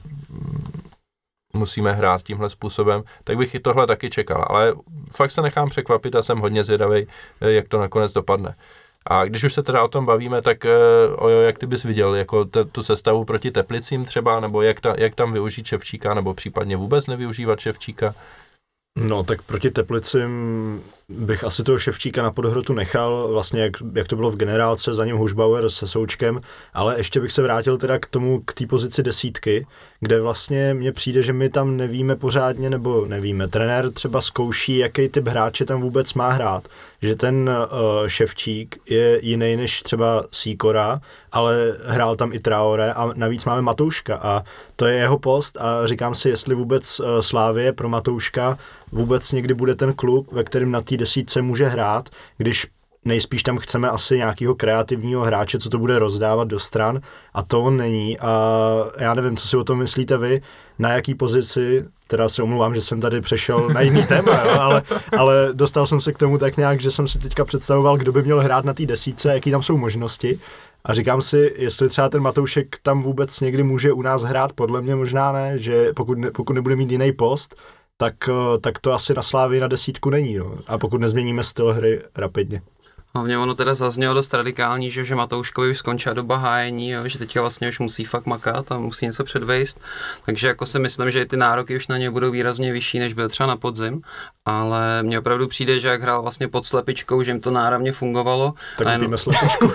musíme hrát tímhle způsobem, tak bych i tohle taky čekal. Ale fakt se nechám překvapit a jsem hodně zvědavý, jak to nakonec dopadne. A když už se teda o tom bavíme, tak Ojo, jak ty bys viděl jako t- tu sestavu proti Teplicím třeba, nebo jak, ta, jak tam využít Ševčíka, nebo případně vůbec nevyužívat Ševčíka? No, tak proti Teplicím bych asi toho Ševčíka na podhrotu nechal, vlastně jak, jak to bylo v generálce, za ním Hušbauer se Součkem, ale ještě bych se vrátil teda k tomu, k té pozici desítky, kde vlastně mně přijde, že my tam nevíme pořádně, nebo nevíme, trenér třeba zkouší, jaký typ hráče tam vůbec má hrát, že ten uh, Ševčík je jiný než třeba Sýkora, ale hrál tam i Traoré a navíc máme Matouška a to je jeho post a říkám si, jestli vůbec uh, Slávie pro Matouška vůbec někdy bude ten klub, ve kterém na té desítce může hrát, když nejspíš tam chceme asi nějakého kreativního hráče, co to bude rozdávat do stran a to on není a já nevím, co si o tom myslíte vy, na jaký pozici, teda se omlouvám, že jsem tady přešel na jiný téma, jo, ale, ale dostal jsem se k tomu tak nějak, že jsem si teďka představoval, kdo by měl hrát na té desítce, jaký tam jsou možnosti a říkám si, jestli třeba ten Matoušek tam vůbec někdy může u nás hrát, podle mě možná ne, že pokud, ne, pokud nebude mít jiný post, tak, tak to asi na Slávii na desítku není, no. A pokud nezměníme styl hry rapidně. Hlavně ono teda zaznělo dost radikální, že, že Matouškovi už skončila doba hájení, jo, že teďka vlastně už musí fakt makat a musí něco předvejst, takže jako si myslím, že ty nároky už na ně budou výrazně vyšší, než byl třeba na podzim, ale mně opravdu přijde, že jak hrál vlastně pod slepičkou, že jim to náravně fungovalo. Tak jen... vidíme slepičku.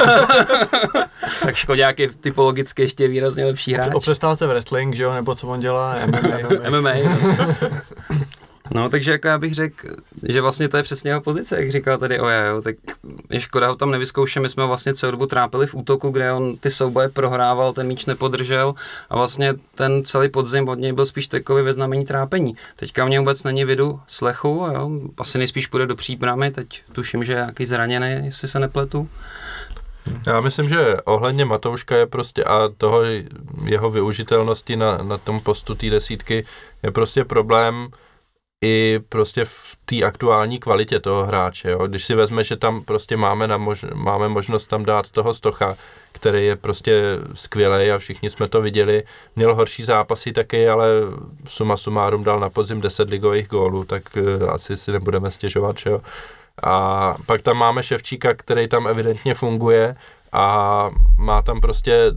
Tak Škoďák je typologicky ještě výrazně lepší hráč. O přestávce v wrestling, že jo, nebo co on dělá, M M A. M M A. No, takže jako já bych řekl, že vlastně to je přesně jeho pozice, jak říkal tady Oja, jo, tak je škoda ho tam nevyzkoušet, my jsme ho vlastně celou dobu trápili v útoku, kde on ty souboje prohrával, ten míč nepodržel a vlastně ten celý podzim od něj byl spíš takový ve znamení trápení. Teďka mě vůbec není vidu slechu, jo, asi nejspíš půjde do příbramy, teď tuším, že je nějaký zraněný, jestli se nepletu. Já myslím, že ohledně Matouška je prostě a toho jeho využitelnosti na, na tom postu té desítky je prostě problém i prostě v té aktuální kvalitě toho hráče. Jo. Když si vezme, že tam prostě máme, na mož- máme možnost tam dát toho Stocha, který je prostě skvělej a všichni jsme to viděli. Měl horší zápasy taky, ale suma sumárum dal na podzim deset ligových gólů, tak uh, asi si nebudeme stěžovat, že jo. A pak tam máme Ševčíka, který tam evidentně funguje a má tam prostě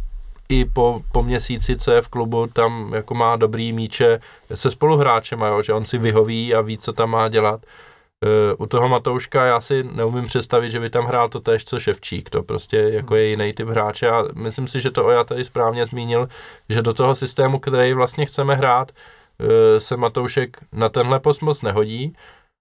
i po, po měsíci, co je v klubu, tam jako má dobrý míče se spoluhráčem, jo, že on si vyhoví a ví, co tam má dělat. Uh, u toho Matouška já si neumím představit, že by tam hrál to též, co Ševčík, to prostě jako je jiný typ hráče a myslím si, že to Oja tady správně zmínil, že do toho systému, který vlastně chceme hrát, uh, se Matoušek na tenhle post moc nehodí.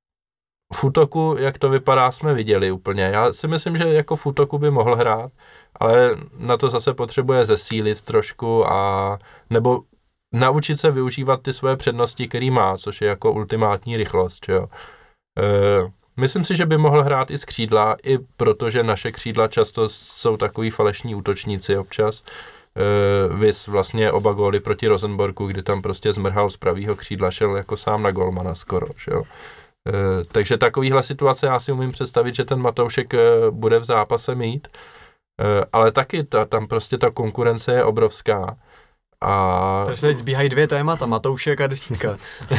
V útoku, jak to vypadá, jsme viděli úplně. Já si myslím, že jako v útoku by mohl hrát, ale na to zase potřebuje zesílit trošku a nebo naučit se využívat ty svoje přednosti, který má, což je jako ultimátní rychlost, že jo. E, myslím si, že by mohl hrát i z křídla, i protože naše křídla často jsou takový falešní útočníci občas. E, Vys vlastně oba góly proti Rosenborgu, kdy tam prostě zmrhal z pravýho křídla, šel jako sám na golmana skoro, že jo. E, takže takovýhle situace já si umím představit, že ten Matoušek e, bude v zápase mít, e, ale taky ta, tam prostě ta konkurence je obrovská. A... Takže teď zbíhají dvě témata, Matoušek a desítka.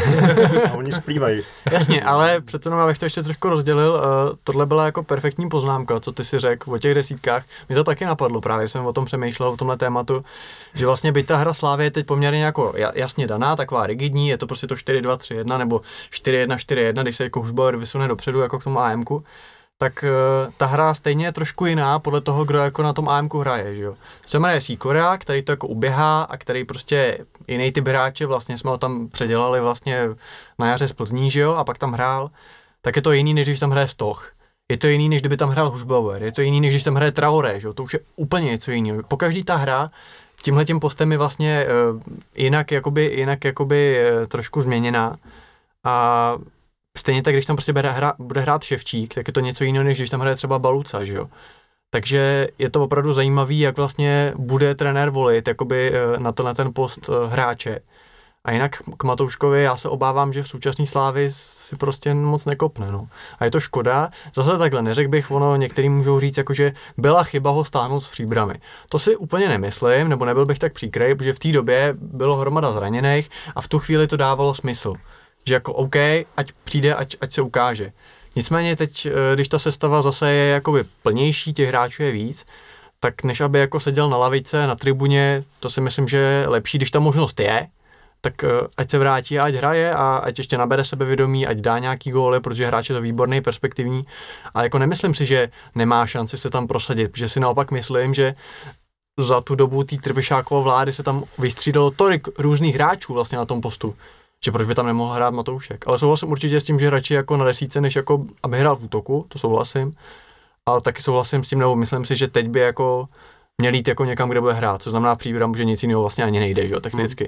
A oni splývají. Jasně, ale přece jenom abych to ještě trošku rozdělil, uh, tohle byla jako perfektní poznámka, co ty si řekl o těch desítkách. Mě to taky napadlo, právě jsem o tom přemýšlel, o tomhle tématu, že vlastně byť ta hra Slávy je teď poměrně jako jasně daná, taková rigidní, je to prostě to čtyři dva tři jedna nebo čtyři jedna čtyři jedna, když se jako Hušbauer vysune dopředu jako k tomu á emku, tak uh, ta hra stejně je trošku jiná podle toho, kdo jako na tom á emku hraje, že jo. Chceme je Sýkora, který to jako uběhá a který prostě jiný typ hráče, vlastně jsme ho tam předělali vlastně na jaře z Plzní, že jo, a pak tam hrál, tak je to jiný, než když tam hraje Stoch. Je to jiný, než kdyby tam hrál Hušbauer, je to jiný, než když tam hraje Traoré, že jo, to už je úplně něco jiného. Pokaždý ta hra tímhletím postem je vlastně uh, jinak jakoby, jinak jakoby uh, trošku změněná a stejně tak, když tam prostě bude, hra, bude hrát Ševčík, tak je to něco jiného, než když tam hraje třeba Baluca, že jo. Takže je to opravdu zajímavý, jak vlastně bude trenér volit jakoby na to na ten post hráče. A jinak k Matouškovi já se obávám, že v současné Slávy si prostě moc nekopne, no. A je to škoda. Zase takhle, neřekl bych, ono některý můžou říct, jakože byla chyba ho stáhnout s Příbrami. To si úplně nemyslím, nebo nebyl bych tak příkrej, protože v té době bylo hromada zraněných a v tu chvíli to dávalo smysl. Že jako OK, ať přijde, ať, ať se ukáže. Nicméně teď, když ta sestava zase je jakoby plnější, těch hráčů je víc, tak než aby jako seděl na lavice, na tribuně, to si myslím, že je lepší, když ta možnost je, tak ať se vrátí a ať hraje a ať ještě nabere sebevědomí, ať dá nějaký góly, protože hráč je to výborný, perspektivní. A jako nemyslím si, že nemá šanci se tam prosadit, protože si naopak myslím, že za tu dobu té Trpišákové vlády se tam vystřídalo tolik různých hráčů vlastně na tom postu, že proč by tam nemohl hrát Matoušek. Ale souhlasím určitě s tím, že radši jako na desíce, než jako aby hrál v útoku, to souhlasím. Ale taky souhlasím s tím, nebo myslím si, že teď by jako měl jít jako někam, kde bude hrát, co znamená Příbram, že nic jiného vlastně ani nejde, že jo, technicky. Hmm.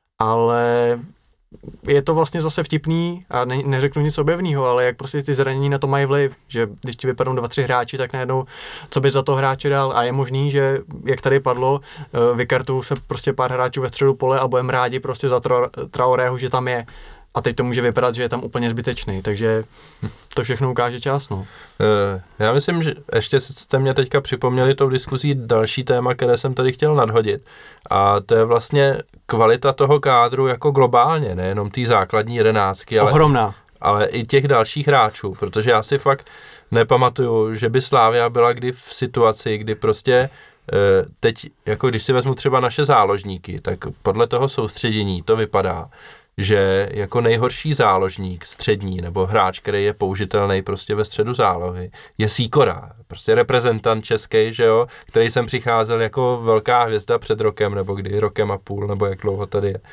Ale je to vlastně zase vtipný a ne, neřeknu nic objevného, ale jak prostě ty zranění na to mají vliv, že když ti vypadnou dva, tři hráči, tak najednou co by za to hráče dal a je možný, že jak tady padlo, vykartují se prostě pár hráčů ve středu pole a budeme rádi prostě za Traorého, že tam je. A teď to může vypadat, že je tam úplně zbytečný, takže to všechno ukáže čas, no. Já myslím, že ještě jste mě teďka připomněli tou diskuzí další téma, které jsem tady chtěl nadhodit. A to je vlastně kvalita toho kádru jako globálně, nejenom té základní jedenáctky, ale, ohromná. Ale i těch dalších hráčů, protože já si fakt nepamatuju, že by Slavia byla kdy v situaci, kdy prostě teď, jako když si vezmu třeba naše záložníky, tak podle toho soustředění to vypadá, že jako nejhorší záložník střední nebo hráč, který je použitelný prostě ve středu zálohy, je Sýkora, prostě reprezentant český, že jo, který sem přicházel jako velká hvězda před rokem, nebo kdy rokem a půl, nebo jak dlouho tady je.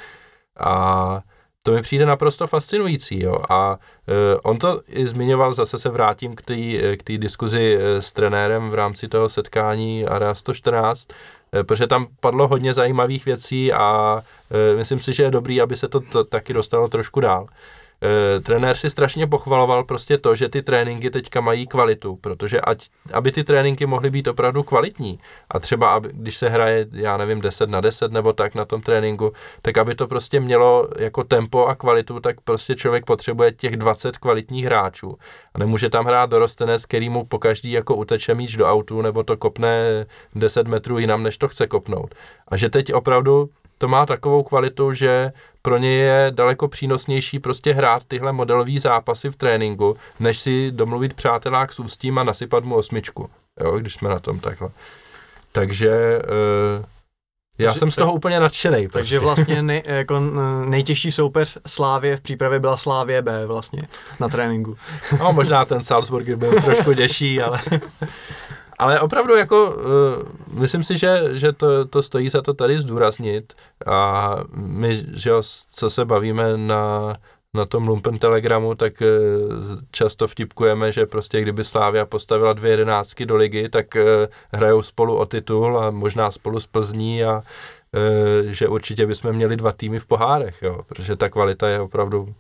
A to mi přijde naprosto fascinující, jo. A uh, on to i zmiňoval, zase se vrátím k té k té diskuzi s trenérem v rámci toho setkání Area sto čtrnáct, protože tam padlo hodně zajímavých věcí a e, myslím si, že je dobrý, aby se to, to taky dostalo trošku dál. e, trenér si strašně pochvaloval prostě to, že ty tréninky teďka mají kvalitu, protože ať, aby ty tréninky mohly být opravdu kvalitní a třeba, aby, když se hraje, já nevím, deset na deset nebo tak na tom tréninku, tak aby to prostě mělo jako tempo a kvalitu, tak prostě člověk potřebuje těch dvacet kvalitních hráčů a nemůže tam hrát dorostenec, který mu pokaždý jako uteče míč do autu nebo to kopne deset metrů jinam, než to chce kopnout. A že teď opravdu to má takovou kvalitu, že pro ně je daleko přínosnější prostě hrát tyhle modelové zápasy v tréninku, než si domluvit přátelák s Ústím a nasypat mu osmičku, jo, když jsme na tom takhle. Takže uh, já takže, jsem z toho tak, úplně nadšenej. Prostě. Takže vlastně nej, jako nejtěžší soupeř Slávie v přípravě byla Slávie B vlastně na tréninku. No možná ten Salzburg byl trošku těžší, ale... Ale opravdu jako, uh, myslím si, že, že to, to stojí za to tady zdůraznit a my, že jo, co se bavíme na, na tom Lumpen Telegramu, tak uh, často vtipkujeme, že prostě kdyby Slavia postavila dvě jedenáctky do ligy, tak uh, hrajou spolu o titul a možná spolu s Plzní a uh, že určitě bychom měli dva týmy v pohárech, jo, protože ta kvalita je opravdu uh,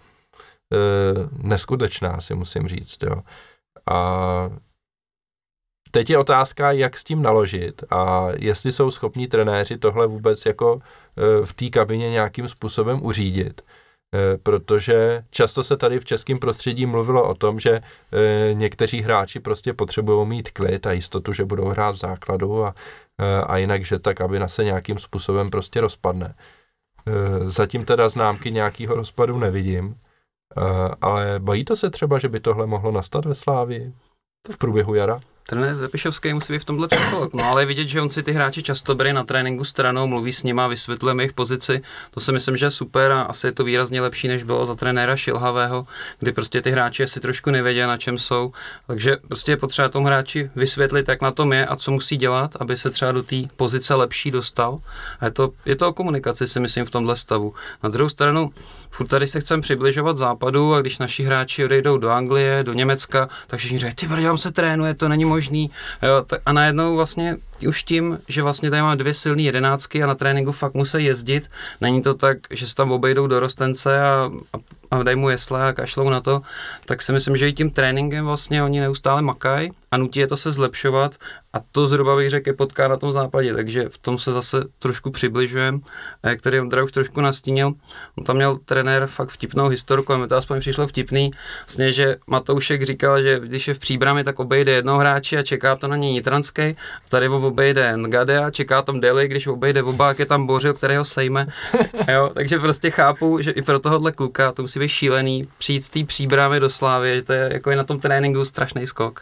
neskutečná, si musím říct, jo. A teď je otázka, jak s tím naložit a jestli jsou schopní trenéři tohle vůbec jako v té kabině nějakým způsobem uřídit. Protože často se tady v českém prostředí mluvilo o tom, že někteří hráči prostě potřebují mít klid a jistotu, že budou hrát v základu a, a jinak, že ta kabina se nějakým způsobem prostě rozpadne. Zatím teda známky nějakého rozpadu nevidím, ale bojí to se třeba, že by tohle mohlo nastat ve Slávii v průběhu jara? Trenér Zepišovský musí být v tomhle psycholog, no ale je vidět, že on si ty hráči často bere na tréninku stranou, mluví s nima, vysvětluje jejich pozici, to si myslím, že je super a asi je to výrazně lepší, než bylo za trenéra Šilhavého, kdy prostě ty hráči asi trošku nevědí, na čem jsou, takže prostě je potřeba tomu hráči vysvětlit, jak na tom je a co musí dělat, aby se třeba do té pozice lepší dostal a je to, je to o komunikaci, si myslím, v tomhle stavu. Na druhou stranu, furt tady se chcem přibližovat západu a když naši hráči odejdou do Anglie, do Německa, tak všichni říkají, ty brďo, se trénuje, to není možný. Jo, a najednou vlastně už tím, že vlastně tady máme dvě silné jedenáctky a na tréninku fakt musí jezdit, není to tak, že se tam obejdou dorostence a, a, a dají mu jesle a kašlou na to, tak si myslím, že i tím tréninkem vlastně oni neustále makají a nutí je to se zlepšovat a to zhruba bych řekl je potká na tom západě, takže v tom se zase trošku přibližujeme, který Ondra už trošku nastínil. On tam měl trenér fakt vtipnou historku a mi to aspoň přišlo vtipný, vlastně, že Matoušek říkal, že když je v Příbrami, tak obejde jednoho hráče a čeká to na něj Nitranský, a tady obejde Ngade a čeká tam Deli, když obejde oba, jak je tam Bořil, který ho sejme. Jo, takže prostě chápu, že i pro tohohle kluka to musí být šílený přijít z té Příbramy do Slávy, že to je jako i na tom tréninku strašný skok.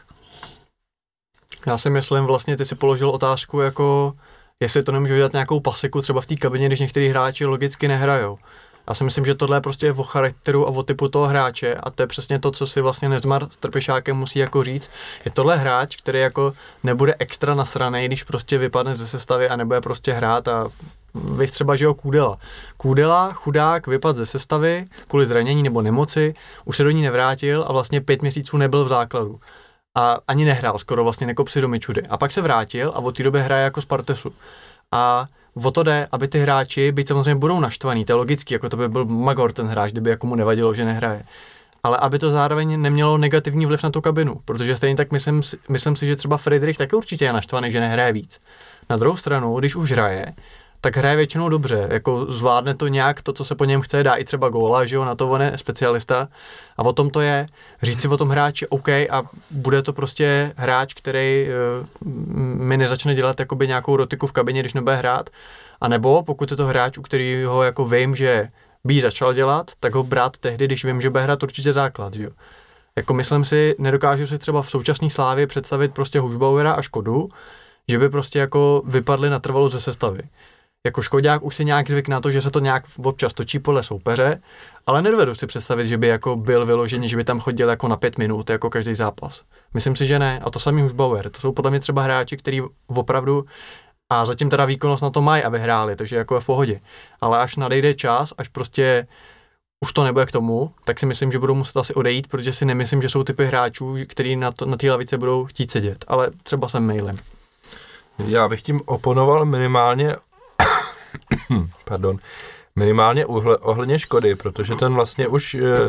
Já si myslím, vlastně ty si položil otázku, jako jestli to nemůže udělat nějakou pasiku třeba v té kabině, když některý hráči logicky nehrajou. Já si myslím, že tohle je prostě o charakteru a o typu toho hráče a to je přesně to, co si vlastně Nezmar s Trpišákem musí jako říct. Je tohle hráč, který jako nebude extra nasranej, když prostě vypadne ze sestavy a nebude prostě hrát a víš třeba, že jo, Kůdela. Kůdela, chudák, vypadl ze sestavy kvůli zranění nebo nemoci, už se do ní nevrátil a vlastně pět měsíců nebyl v základu. A ani nehrál, skoro vlastně nekop si do Mičudy. A pak se vrátil a od té doby hraje jako Spartesu. A o to jde, aby ty hráči, byť samozřejmě budou naštvaný, to je logický, jako to by byl Magor ten hráč, kdyby jako mu nevadilo, že nehraje. Ale aby to zároveň nemělo negativní vliv na tu kabinu, protože stejně tak myslím, myslím si, že třeba Friedrich taky určitě je naštvaný, že nehraje víc. Na druhou stranu, když už hraje, tak hraje většinou dobře, jako zvládne to nějak, to, co se po něm chce, dá i třeba góla, že jo, na to on je specialista. A o tom to je, říct si o tom hráči OK a bude to prostě hráč, který uh, mi nezačne dělat jakoby nějakou rotiku v kabině, když nebude hrát. A nebo pokud je to hráč, u kterého jako vím, že by začal dělat, tak ho brát tehdy, když vím, že bude hrát určitě základ, že jo. Jako myslím si, nedokážu si třeba v současné Slávě představit prostě Hušbauera a Škodu, že by prostě jako vypadli natrvalo ze sestavy. Jako Škodák už si nějak zvyk na to, že se to nějak občas točí podle soupeře, ale nedovedu si představit, že by jako byl vyložený, že by tam chodil jako na pět minut, jako každý zápas. Myslím si, že ne. A to samý Hušbauer. To jsou podle mě třeba hráči, kteří opravdu a zatím teda výkonnost na to mají, aby hráli, takže jako je v pohodě. Ale až nadejde čas, až prostě už to nebude k tomu, tak si myslím, že budou muset asi odejít, protože si nemyslím, že jsou typy hráčů, kteří na, na té lavice budou chtít sedět. Ale třeba jsem mailem. Já bych tím oponoval minimálně pardon, minimálně uhle, ohledně Škody, protože ten vlastně už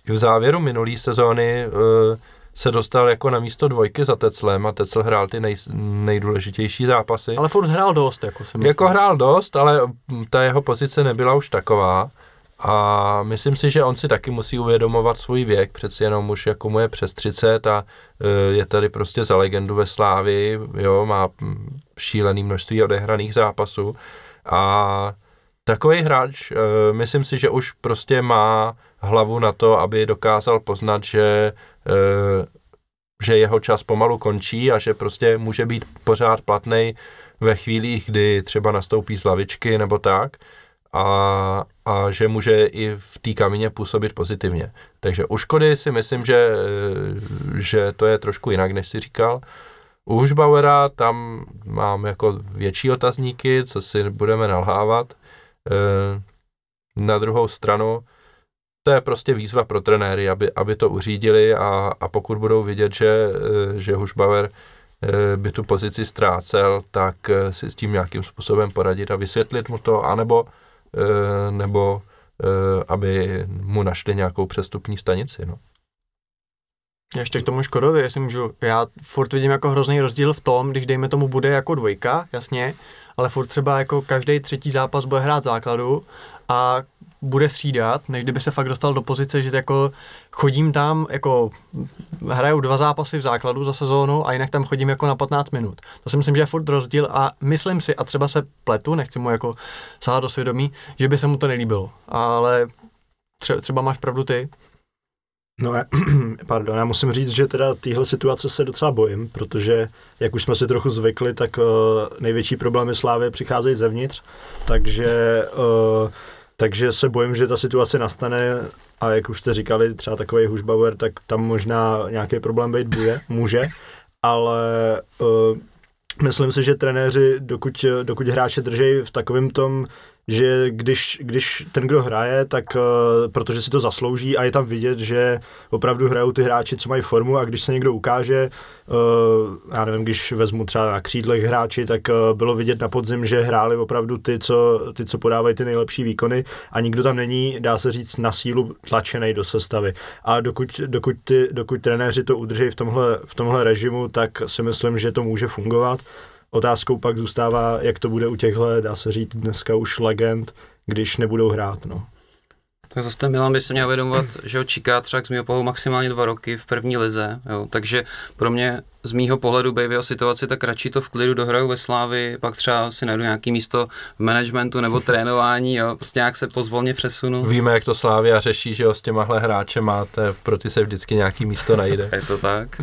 i v závěru minulý sezóny uh, se dostal jako na místo dvojky za Teclem a Tecl hrál ty nej, nejdůležitější zápasy. Ale furt hrál dost, jako jsem myslím. Jako hrál dost, ale ta jeho pozice nebyla už taková a myslím si, že on si taky musí uvědomovat svůj věk, přeci jenom už jako mu je přes třicet a uh, je tady prostě za legendu ve Slávii, jo, má šílený množství odehraných zápasů a takový hráč, uh, myslím si, že už prostě má hlavu na to, aby dokázal poznat, že, uh, že jeho čas pomalu končí a že prostě může být pořád platnej ve chvílích, kdy třeba nastoupí z lavičky nebo tak a, a že může i v té kabině působit pozitivně. Takže u Škody si myslím, že, že to je trošku jinak, než si říkal. U Hušbauera tam mám jako větší otazníky, co si budeme nalhávat. Na druhou stranu to je prostě výzva pro trenéry, aby, aby to uřídili a, a pokud budou vidět, že, že Hušbauer by tu pozici ztrácel, tak si s tím nějakým způsobem poradit a vysvětlit mu to, anebo nebo aby mu našli nějakou přestupní stanici. No. Ještě k tomu Škodovi, jestli můžu, já furt vidím jako hrozný rozdíl v tom, když dejme tomu bude jako dvojka, jasně, ale furt třeba jako každý třetí zápas bude hrát základu a bude střídat, než kdyby se fakt dostal do pozice, že jako chodím tam, jako hraju dva zápasy v základu za sezónu a jinak tam chodím jako na patnáct minut. To si myslím, že je furt rozdíl a myslím si, a třeba se pletu, nechci mu jako sahat do svědomí, že by se mu to nelíbilo, ale tře- třeba máš pravdu ty. No, pardon, já musím říct, že teda téhle situace se docela bojím, protože jak už jsme si trochu zvykli, tak uh, největší problémy Slávy přicházejí zevnitř, takže, uh, takže se bojím, že ta situace nastane a jak už jste říkali, třeba takový Hušbauer, tak tam možná nějaký problém být bude, může, ale uh, myslím si, že trenéři, dokud, dokud hráče drží v takovém tom, že když, když ten, kdo hraje, tak uh, protože si to zaslouží a je tam vidět, že opravdu hrajou ty hráči, co mají formu a když se někdo ukáže, uh, já nevím, když vezmu třeba na křídlech hráči, tak uh, bylo vidět na podzim, že hráli opravdu ty, co, ty, co podávají ty nejlepší výkony a nikdo tam není, dá se říct, na sílu tlačený do sestavy. A dokud, dokud, ty, dokud trenéři to udrží v tomhle, v tomhle režimu, tak si myslím, že to může fungovat. Otázkou pak zůstává, jak to bude u těchhle, dá se říct, dneska už legend, když nebudou hrát, no. Tak zase ten Milan by se měl vědomovat, že ho čeká třeba z mýho pohledu maximálně dva roky v první lize, jo. Takže pro mě z mýho pohledu by v jeho situaci tak radši to v klidu dohraju ve Slávii, pak třeba si najdu nějaký místo v managementu nebo trénování, jo, prostě nějak se pozvolně přesunu. Víme, jak to Slavia řeší, že jo, s těmahle hráče máte, pro ty se vždycky nějaký místo najde. Je to tak.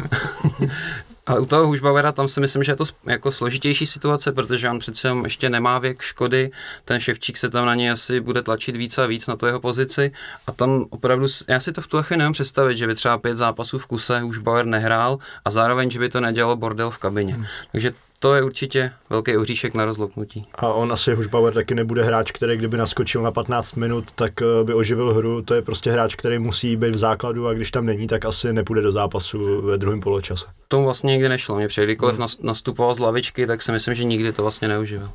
A u toho Hušbauera tam si myslím, že je to jako složitější situace, protože on přece ještě nemá věk Škody, ten Ševčík se tam na něj asi bude tlačit víc a víc na tu jeho pozici a tam opravdu, já si to v tu chvíli nevím představit, že by třeba pět zápasů v kuse Hušbauer nehrál a zároveň, že by to nedělalo bordel v kabině. Hmm. Takže to je určitě velký oříšek na rozluknutí. A on asi Hušbauer taky nebude hráč, který kdyby naskočil na patnáct minut, tak by oživil hru. To je prostě hráč, který musí být v základu a když tam není, tak asi nepůjde do zápasu ve druhém poločase. To vlastně nikdy nešlo. Mě přijde, kdykoliv hmm. nastupoval z lavičky, tak si myslím, že nikdy to vlastně neuživil.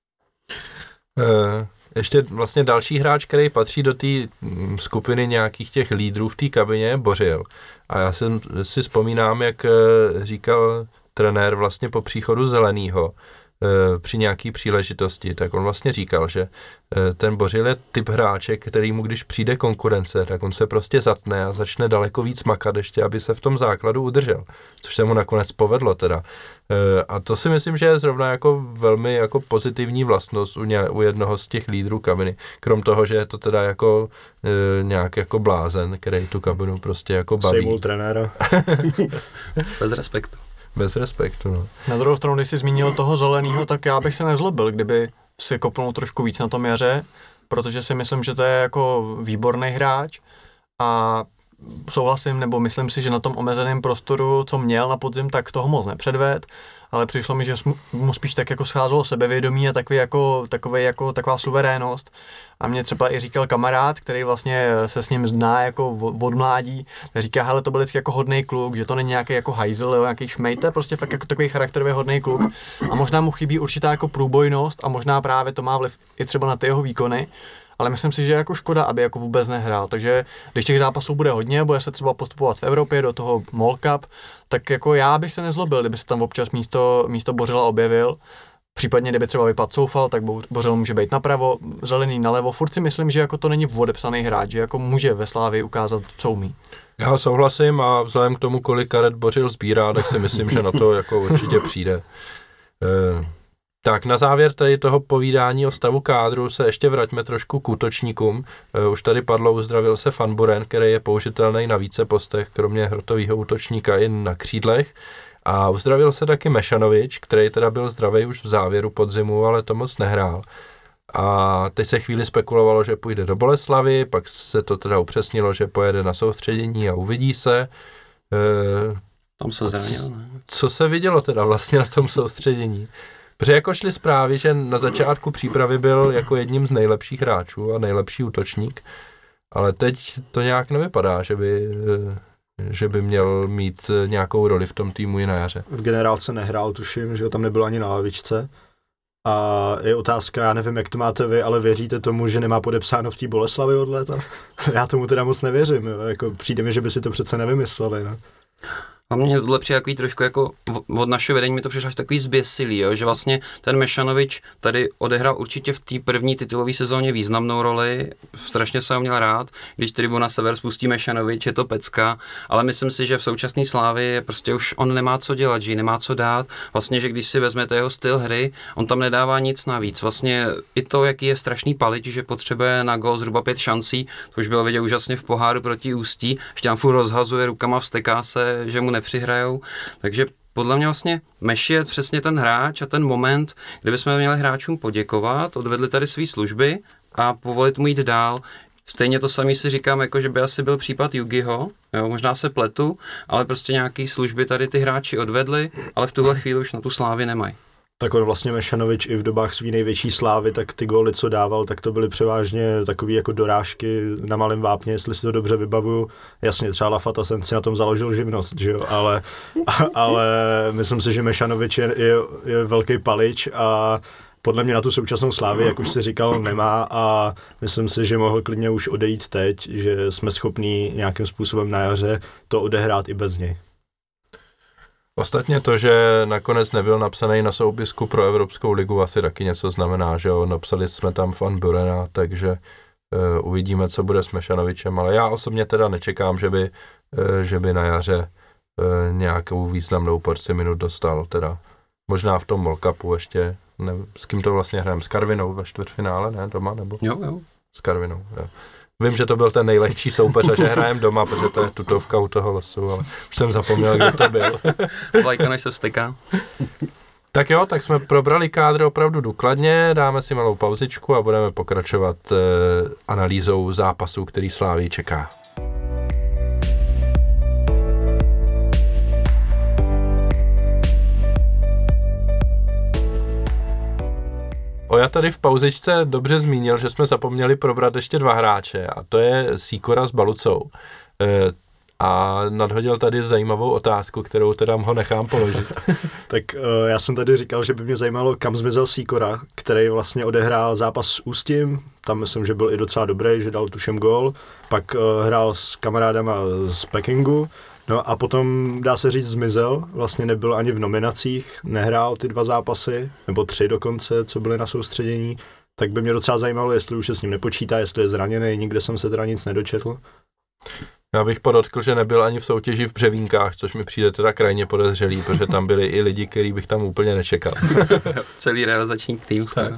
Uh, ještě vlastně další hráč, který patří do té skupiny nějakých těch lídrů v té kabině, je Bořil. A já jsem, si vzpomínám, jak říkal trenér vlastně po příchodu Zelenýho e, při nějaký příležitosti, tak on vlastně říkal, že e, ten Bořil je typ hráče, který mu když přijde konkurence, tak on se prostě zatne a začne daleko víc makat ještě, aby se v tom základu udržel, což se mu nakonec povedlo teda. E, a to si myslím, že je zrovna jako velmi jako pozitivní vlastnost u, ně, u jednoho z těch lídrů kabiny, krom toho, že je to teda jako e, nějak jako blázen, který tu kabinu prostě jako baví. Sejmul trenéra. Bez respektu. Bez respektu, no. Na druhou stranu, když jsi zmínil toho Zelenýho, tak já bych se nezlobil, kdyby si kopnul trošku víc na tom jaře, protože si myslím, že to je jako výborný hráč a souhlasím, nebo myslím si, že na tom omezeném prostoru, co měl na podzim, tak toho moc nepředved, ale přišlo mi, že mu spíš tak jako scházelo sebevědomí a takový jako, takový jako, taková suverénnost. A mě třeba i říkal kamarád, který vlastně se s ním zná jako od mládí, říká, hele, to byl vždycky jako hodnej kluk, že to není nějaký jako hajzl, nějaký šmejte, prostě fakt jako takový charakterově hodnej kluk. A možná mu chybí určitá jako průbojnost a možná právě to má vliv i třeba na ty jeho výkony. ale myslím si, že je jako škoda, aby jako vůbec nehrál, takže když těch zápasů bude hodně, bude se třeba postupovat v Evropě do toho Mall Cup, tak jako já bych se nezlobil, kdyby se tam občas místo, místo Bořila objevil. Případně, kdyby třeba vypadl Coufal, tak Bořil může být napravo, Zelený nalevo. Furt si myslím, že jako to není odepsaný hráč, že jako může ve Slávii ukázat, co umí. Já souhlasím a vzhledem k tomu, kolik karet Bořil sbírá, tak si myslím, že na to jako určitě přijde. E, tak na závěr tady toho povídání o stavu kádru se ještě vraťme trošku k útočníkům. E, už tady padlo, uzdravil se Van Buren, který je použitelný na více postech, kromě hrotového útočníka i na křídlech. A uzdravil se taky Mešanovič, který teda byl zdravý už v závěru podzimu, ale to moc nehrál. A teď se chvíli spekulovalo, že půjde do Boleslavy, pak se to teda upřesnilo, že pojede na soustředění a uvidí se. E, Tam se zranil, ne? Co se vidělo teda vlastně na tom soustředění? Protože jako šly zprávy, že na začátku přípravy byl jako jedním z nejlepších hráčů a nejlepší útočník, ale teď to nějak nevypadá, že by... že by měl mít nějakou roli v tom týmu i na jaře. V generálce nehrál, tuším, že tam nebyl ani na lavičce. A je otázka, já nevím, jak to máte vy, ale věříte tomu, že nemá podepsáno v té Boleslavi od léta? Já tomu teda moc nevěřím, jo. Jako přijde mi, že by si to přece nevymysleli, ne? A mně tohle přijde takový trošku jako od našeho vedení mi to přišlo až takový zběsilý, jo? Že vlastně ten Mešanovič tady odehrál určitě v té první titulové sezóně významnou roli, strašně se ho měl rád, když Tribuna Sever spustí Mešanovič, je to pecka, ale myslím si, že v současné Slávii prostě už on nemá co dělat, že nemá co dát, vlastně, že když si vezmete jeho styl hry, on tam nedává nic navíc, vlastně i to, jaký je strašný palič, že potřebuje na gól zhruba pět šancí, to už bylo vidět úžasně v poháru proti Ústí, ještě tam furt rozhazuje rukama, vsteká se, že mu nepřihrajou, takže podle mě vlastně Meši je přesně ten hráč a ten moment, kde bychom měli hráčům poděkovat, odvedli tady své služby a povolit mu jít dál. Stejně to samý si říkám, jako že by asi byl případ Jugiho, jo, možná se pletu, ale prostě nějaký služby tady ty hráči odvedli, ale v tuhle chvíli už na tu Slávy nemají. Tak on vlastně Mešanovič i v dobách svý největší slávy, tak ty góly, co dával, tak to byly převážně takový jako dorážky na malém vápně, jestli si to dobře vybavuju. Jasně, třeba Lafata jsem si na tom založil živnost, že jo, ale, ale myslím si, že Mešanovič je, je, je velký palič a podle mě na tu současnou Slávy, jak už si říkal, nemá a myslím si, že mohl klidně už odejít teď, že jsme schopní nějakým způsobem na jaře to odehrát i bez něj. Ostatně to, že nakonec nebyl napsaný na soupisku pro Evropskou ligu, asi taky něco znamená, že jo, napsali jsme tam Van Burena, takže uh, uvidíme, co bude s Mešanovičem, ale já osobně teda nečekám, že by, uh, že by na jaře uh, nějakou významnou porci minut dostal, teda možná v tom World Cupu ještě, ne, s kým to vlastně hrajeme, s Karvinou ve čtvrtfinále, ne, doma, nebo? Jo, jo. S Karvinou, jo. Vím, že to byl ten nejlehčí soupeř a že hrajem doma, protože to je tutovka u toho losu, ale už jsem zapomněl, kdo to byl. Vlajka, než se vsteká. Tak jo, tak jsme probrali kádr opravdu důkladně, dáme si malou pauzičku a budeme pokračovat eh, analýzou zápasu, který Slávii čeká. Oja tady v pauzičce dobře zmínil, že jsme zapomněli probrat ještě dva hráče a to je Sýkora s Balucou. E, a nadhodil tady zajímavou otázku, kterou teda ho nechám položit. Tak uh, já jsem tady říkal, že by mě zajímalo, kam zmizel Sýkora, který vlastně odehrál zápas s Ústím, tam myslím, že byl i docela dobrý, že dal tušem gól, pak uh, hrál s kamarádama z Pekingu, no a potom, dá se říct, zmizel, vlastně nebyl ani v nominacích, nehrál ty dva zápasy, nebo tři dokonce, co byly na soustředění, tak by mě docela zajímalo, jestli už se s ním nepočítá, jestli je zraněný, nikde jsem se teda nic nedočetl. Já bych podotkl, že nebyl ani v soutěži v Břevínkách, což mi přijde teda krajně podezřelý, protože tam byli i lidi, který bych tam úplně nečekal. Celý realizační tým. Tak.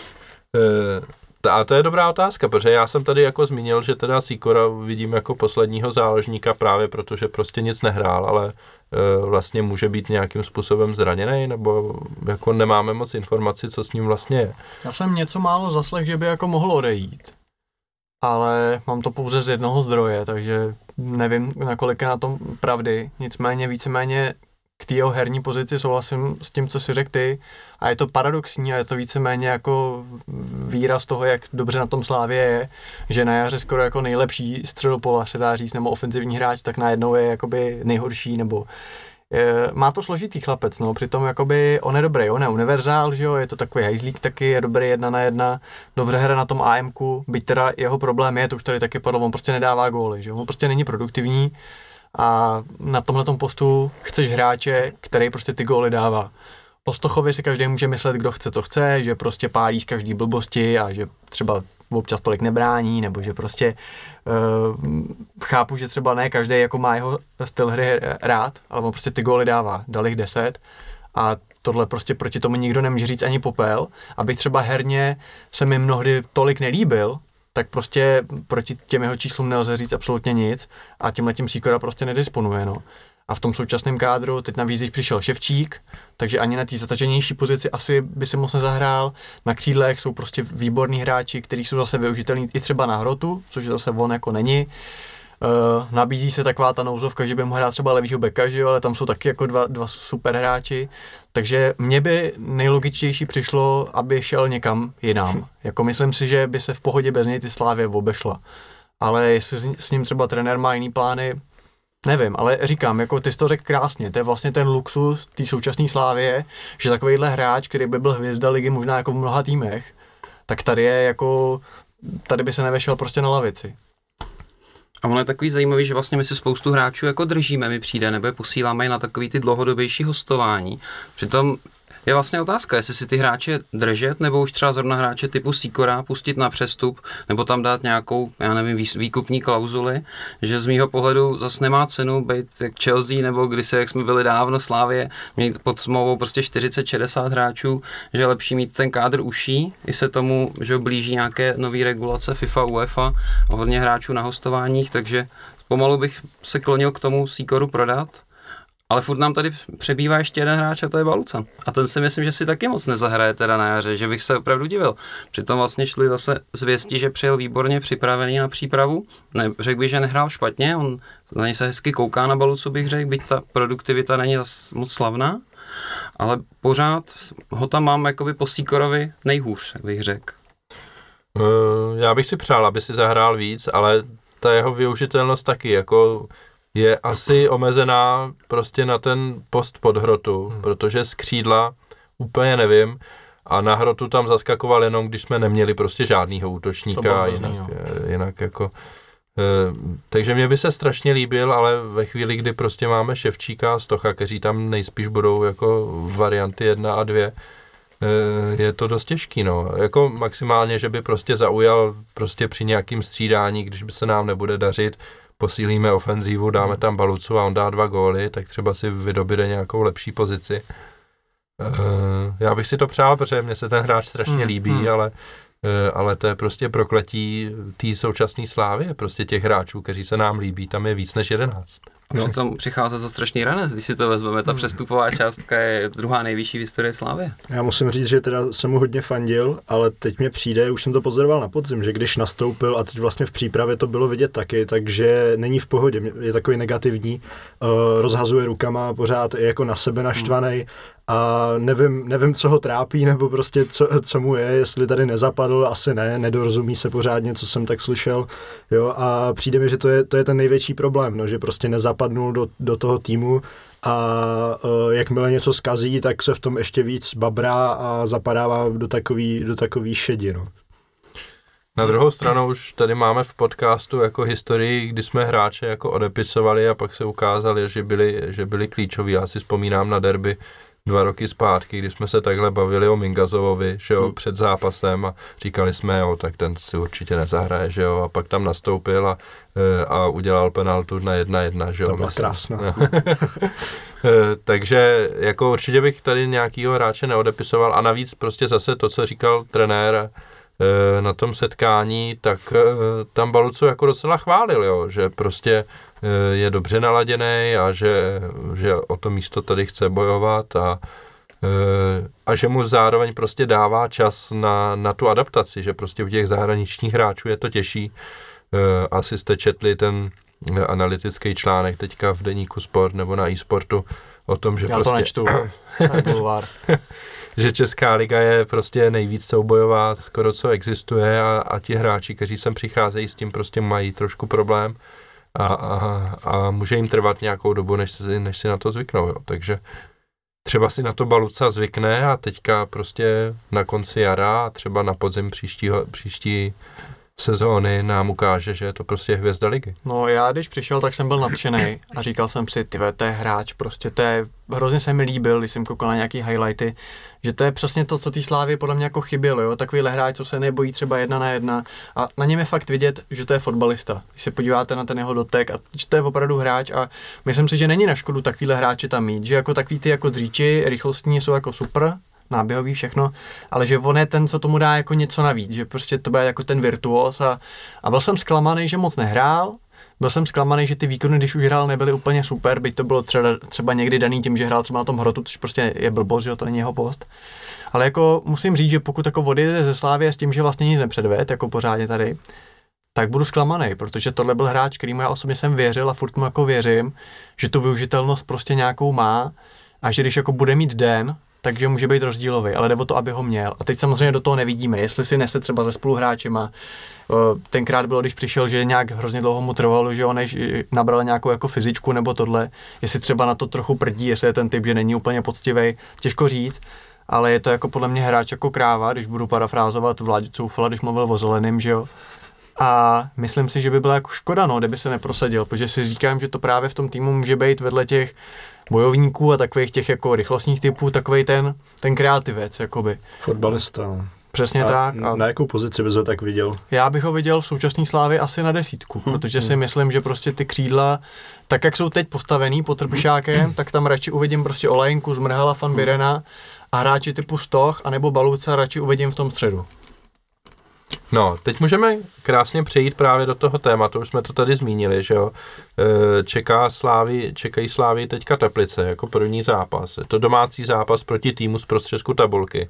E, a to je dobrá otázka, protože já jsem tady jako zmínil, že teda Sýkora vidím jako posledního záložníka právě protože prostě nic nehrál, ale e, vlastně může být nějakým způsobem zraněný, nebo jako nemáme moc informací, co s ním vlastně je. Já jsem něco málo zaslech, že by jako mohl odejít, ale mám to pouze z jednoho zdroje, takže nevím, nakolik je na tom pravdy. Nicméně víceméně k té jeho herní pozici souhlasím s tím, co si řekl ty, a je to paradoxní a je to víceméně jako výraz toho, jak dobře na tom Slávě je, že na jaře skoro jako nejlepší středopola, se dá říct, nebo ofenzivní hráč, tak najednou je jakoby nejhorší, nebo Je, má to složitý chlapec, no, přitom jakoby on je dobrý, on je univerzál, že jo, je to takový hajzlík taky, je dobrý jedna na jedna, dobře hra na tom á emku, byť teda jeho problém je, to už tady taky padlo, on prostě nedává góly, že jo, on prostě není produktivní a na tomhletom postu chceš hráče, který prostě ty góly dává. O Stochovi si každý může myslet, kdo chce, co chce, že prostě pálí z každý blbosti a že třeba občas tolik nebrání, nebo že prostě uh, chápu, že třeba ne každý jako má jeho styl hry rád, ale on prostě ty góly dává, dal jich deset a tohle prostě proti tomu nikdo nemůže říct ani popel, abych třeba herně se mi mnohdy tolik nelíbil, tak prostě proti těm jeho číslům nelze říct absolutně nic a tímhletím Sýkora prostě nedisponuje, no. A v tom současném kádru, teď navíc, když přišel Ševčík, takže ani na té zataženější pozici asi by si moc nezahrál. Na křídlech jsou prostě výborní hráči, kteří jsou zase využitelní i třeba na hrotu, což zase on jako není. Uh, nabízí se taková ta nouzovka, že by mohl hrát třeba levýho beka, že jo, ale tam jsou taky jako dva, dva super hráči. Takže mně by nejlogičtější přišlo, aby šel někam jinam. Jako myslím si, že by se v pohodě bez něj ty Slávě obešla. Ale jestli s ním třeba trenér má jiný plány, nevím, ale říkám, jako ty jsi to řekl krásně, to je vlastně ten luxus té současné Slávie, že takovýhle hráč, který by byl hvězda ligy možná jako v mnoha týmech, tak tady je jako, tady by se nevešel prostě na lavici. A ono je takový zajímavý, že vlastně my si spoustu hráčů jako držíme, mi přijde, nebo je posíláme na takový ty dlouhodobější hostování. Přitom je vlastně otázka, jestli si ty hráče držet, nebo už třeba zrovna hráče typu Sýkora pustit na přestup, nebo tam dát nějakou, já nevím, výkupní klauzuli, že z mýho pohledu zase nemá cenu být jak Chelsea, nebo kdysi, jak jsme byli dávno Slávě, mít pod smlouvou prostě čtyřicet šedesát hráčů, že je lepší mít ten kádr uší, i se tomu, že blíží nějaké nové regulace FIFA, UEFA, hodně hráčů na hostováních, takže pomalu bych se klonil k tomu Sýkoru prodat. Ale furt nám tady přebývá ještě jeden hráč a to je Baluca. A ten si myslím, že si taky moc nezahraje teda na jaře, že bych se opravdu divil. Přitom vlastně šli zase zvěsti, že přijel výborně připravený na přípravu. Ne, řekl bych, že nehrál špatně, on na něj se hezky kouká na Balucu, bych řekl, byť ta produktivita není moc slavná. Ale pořád ho tam mám jakoby po Sýkorovi nejhůř, bych řekl. Uh, já bych si přál, aby si zahrál víc, ale ta jeho využitelnost taky, jako je asi omezená prostě na ten post pod hrotu, hmm. protože z křídla úplně nevím a na hrotu tam zaskakoval jenom, když jsme neměli prostě žádnýho útočníka, jinak, no. jinak jako e, takže mě by se strašně líbil, ale ve chvíli, kdy prostě máme Ševčíka a Stocha, kteří tam nejspíš budou jako varianty jedna a dvě, e, je to dost těžký, no, jako maximálně, že by prostě zaujal prostě při nějakým střídání, když by se nám nebude dařit, posílíme ofenzívu, dáme tam Balucu a on dá dva góly, tak třeba si vydobíde nějakou lepší pozici. Uh, já bych si to přál, protože mně se ten hráč strašně líbí, hmm. ale, uh, ale to je prostě prokletí té současné Slávy, prostě těch hráčů, kteří se nám líbí, tam je víc než jedenáct. No. Přitom přichází za strašný ranec, když si to vezmeme, ta přestupová částka je druhá nejvyšší v historii Slávy. Já musím říct, že teda jsem mu hodně fandil, ale teď mě přijde, už jsem to pozoroval na podzim, že když nastoupil a teď vlastně v přípravě to bylo vidět taky, takže není v pohodě, je takový negativní, uh, rozhazuje rukama, pořád je jako na sebe naštvanej a nevím, nevím, co ho trápí, nebo prostě co, co mu je, jestli tady nezapadl, asi ne, nedorozumí se pořádně, co jsem tak slyšel, jo, a přijde mi, že to je, to je ten největší problém, no, že prostě nezapadnul do, do toho týmu a uh, jakmile něco zkazí, tak se v tom ještě víc babrá a zapadává do takový, do takový šedi, no. Na druhou stranu už tady máme v podcastu jako historii, kdy jsme hráče jako odepisovali a pak se ukázali, že byli, že byli klíčoví. Já si vzpomínám na derby dva roky zpátky, kdy jsme se takhle bavili o Mingazovovi, že jo, hmm. před zápasem a říkali jsme, jo, tak ten si určitě nezahraje, že jo, a pak tam nastoupil a, a udělal penaltu na jedna jedna, že jo. To byla krásná. Takže jako určitě bych tady nějakýho hráče neodepisoval a navíc prostě zase to, co říkal trenér na tom setkání, tak tam Balucu jako docela chválil, jo, že prostě je dobře naladěný a že, že o to místo tady chce bojovat a, a že mu zároveň prostě dává čas na, na tu adaptaci, že prostě u těch zahraničních hráčů je to těžší. Asi jste četli ten analytický článek teďka v deníku Sport nebo na eSportu o tom, že Já prostě... to nečtu, že Česká liga je prostě nejvíc soubojová skoro co existuje a, a ti hráči, kteří sem přicházejí, s tím prostě mají trošku problém. a, a, a může jim trvat nějakou dobu, než si, než si na to zvyknou, jo. Takže třeba si na to Baluca zvykne a teďka prostě na konci jara, třeba na podzim příštího, příští sezóny nám ukáže, že je to prostě hvězda ligy. No já když přišel, tak jsem byl nadšenej a říkal jsem si, tyve, to je hráč, prostě to je, hrozně se mi líbil, když jsem koukal na nějaký highlighty, že to je přesně to, co té Slávy podle mě jako chybělo, jo, takovýhle hráč, co se nebojí třeba jedna na jedna a na něm je fakt vidět, že to je fotbalista. Když se podíváte na ten jeho dotek a že to je opravdu hráč a myslím si, že není na škodu takovýhle hráče tam mít, že jako takový ty jako dříči, rychlostní jsou jako super, náběhový všechno, ale že on je ten, co tomu dá jako něco navíc, že prostě to bude jako ten virtuos a, a byl jsem zklamaný, že moc nehrál, byl jsem zklamaný, že ty výkony, když už hrál, nebyly úplně super, byť to bylo třeba, třeba někdy daný tím, že hrál třeba na tom hrotu, což prostě je blbost, že to není jeho post. Ale jako musím říct, že pokud jako odjede ze Slávy s tím, že vlastně nic nepředved, jako pořádně tady, tak budu zklamaný, protože tohle byl hráč, kterýmu já osobně jsem věřil a furt mu jako věřím, že tu využitelnost prostě nějakou má a že když jako bude mít den, takže může být rozdílový, ale jde o to, aby ho měl. A teď samozřejmě do toho nevidíme, jestli si nese třeba ze spoluhráčema. Tenkrát bylo, když přišel, že nějak hrozně dlouho mu trvalo, že on než nabral nějakou jako fyzičku nebo tohle, jestli třeba na to trochu prdí, jestli je ten typ, že není úplně poctivej, těžko říct, ale je to jako podle mě hráč jako kráva, když budu parafrázovat Vláďu Coufala, když mluvil o Zeleným, že jo. A myslím si, že by byla jako škoda, no, kdyby se neprosadil, protože si říkám, že to právě v tom týmu může být vedle těch bojovníků a takových těch jako rychlostních typů, takovej ten, ten kreativec, jakoby. Fotbalista. Přesně a tak. A na jakou pozici bys ho tak viděl? Já bych ho viděl v současné Slávě asi na desítku, hmm. protože si myslím, že prostě ty křídla, tak jak jsou teď postavený pod Trpišákem, tak tam radši uvidím prostě Olajnku, Zmrhala, Van Birena a hráči typu Stoch anebo Baluca radši uvidím v tom středu. No, teď můžeme krásně přejít právě do toho tématu, už jsme to tady zmínili, že jo. Čeká Slávy, čekají Slávy teďka Teplice jako první zápas. Je to domácí zápas proti týmu z prostředku tabulky.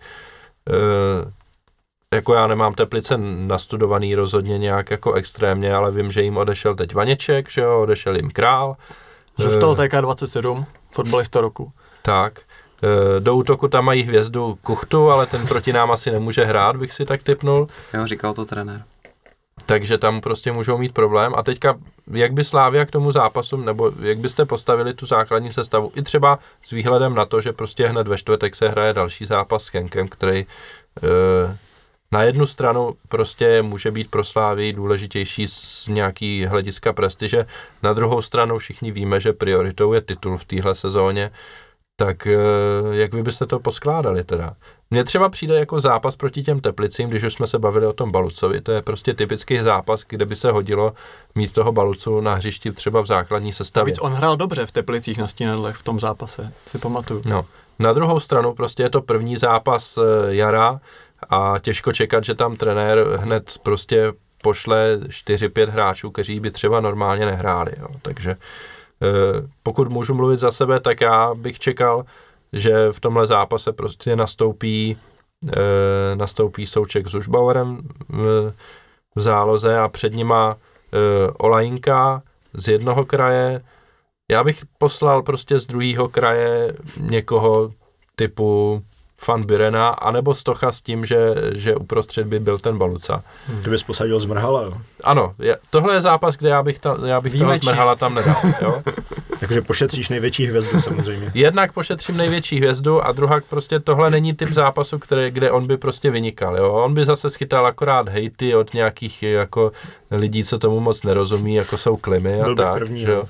Jako já nemám Teplice nastudovaný rozhodně nějak jako extrémně, ale vím, že jim odešel teď Vaněček, že jo, odešel jim Král. Zůstal T K dvacet sedm, fotbalista roku. Tak. Do útoku tam mají hvězdu Kuchtu, ale ten proti nám asi nemůže hrát, bych si tak tipnul. Jo, říkal to trenér. Takže tam prostě můžou mít problém. A teďka, jak by Slávia k tomu zápasu, nebo jak byste postavili tu základní sestavu, i třeba s výhledem na to, že prostě hned ve čtvrtek se hraje další zápas s Genkem, který e, na jednu stranu prostě může být pro Slávii důležitější z nějaký hlediska prestiže, na druhou stranu všichni víme, že prioritou je titul v téhle sezóně. Tak jak vy byste to poskládali teda? Mně třeba přijde jako zápas proti těm Teplicím, když už jsme se bavili o tom Balucovi, to je prostě typický zápas, kde by se hodilo mít toho Balucu na hřišti třeba v základní sestavě. Víc on hrál dobře v Teplicích na Stínadlech v tom zápase, si pamatuju. No, na druhou stranu prostě je to první zápas jara a těžko čekat, že tam trenér hned prostě pošle čtyři pět hráčů, kteří by třeba normálně nehráli, jo. Takže pokud můžu mluvit za sebe, tak já bych čekal, že v tomhle zápase prostě nastoupí, e, nastoupí Souček s Užbauerem v, v záloze a před nima e, Olajnka z jednoho kraje. Já bych poslal prostě z druhého kraje někoho typu Van Birena, anebo Stocha s tím, že, že uprostřed by byl ten Baluca. Hmm. Ty bys posadil Zmrhala, jo? Ano, je, tohle je zápas, kde já bych, ta, já bych toho Zmrhala tam nedal, jo? Takže pošetříš největší hvězdu samozřejmě. Jednak pošetřím největší hvězdu a druhá prostě tohle není typ zápasu, který, kde on by prostě vynikal, jo? On by zase schytal akorát hejty od nějakých jako lidí, co tomu moc nerozumí, jako jsou Klimy a byl tak, první, že jo?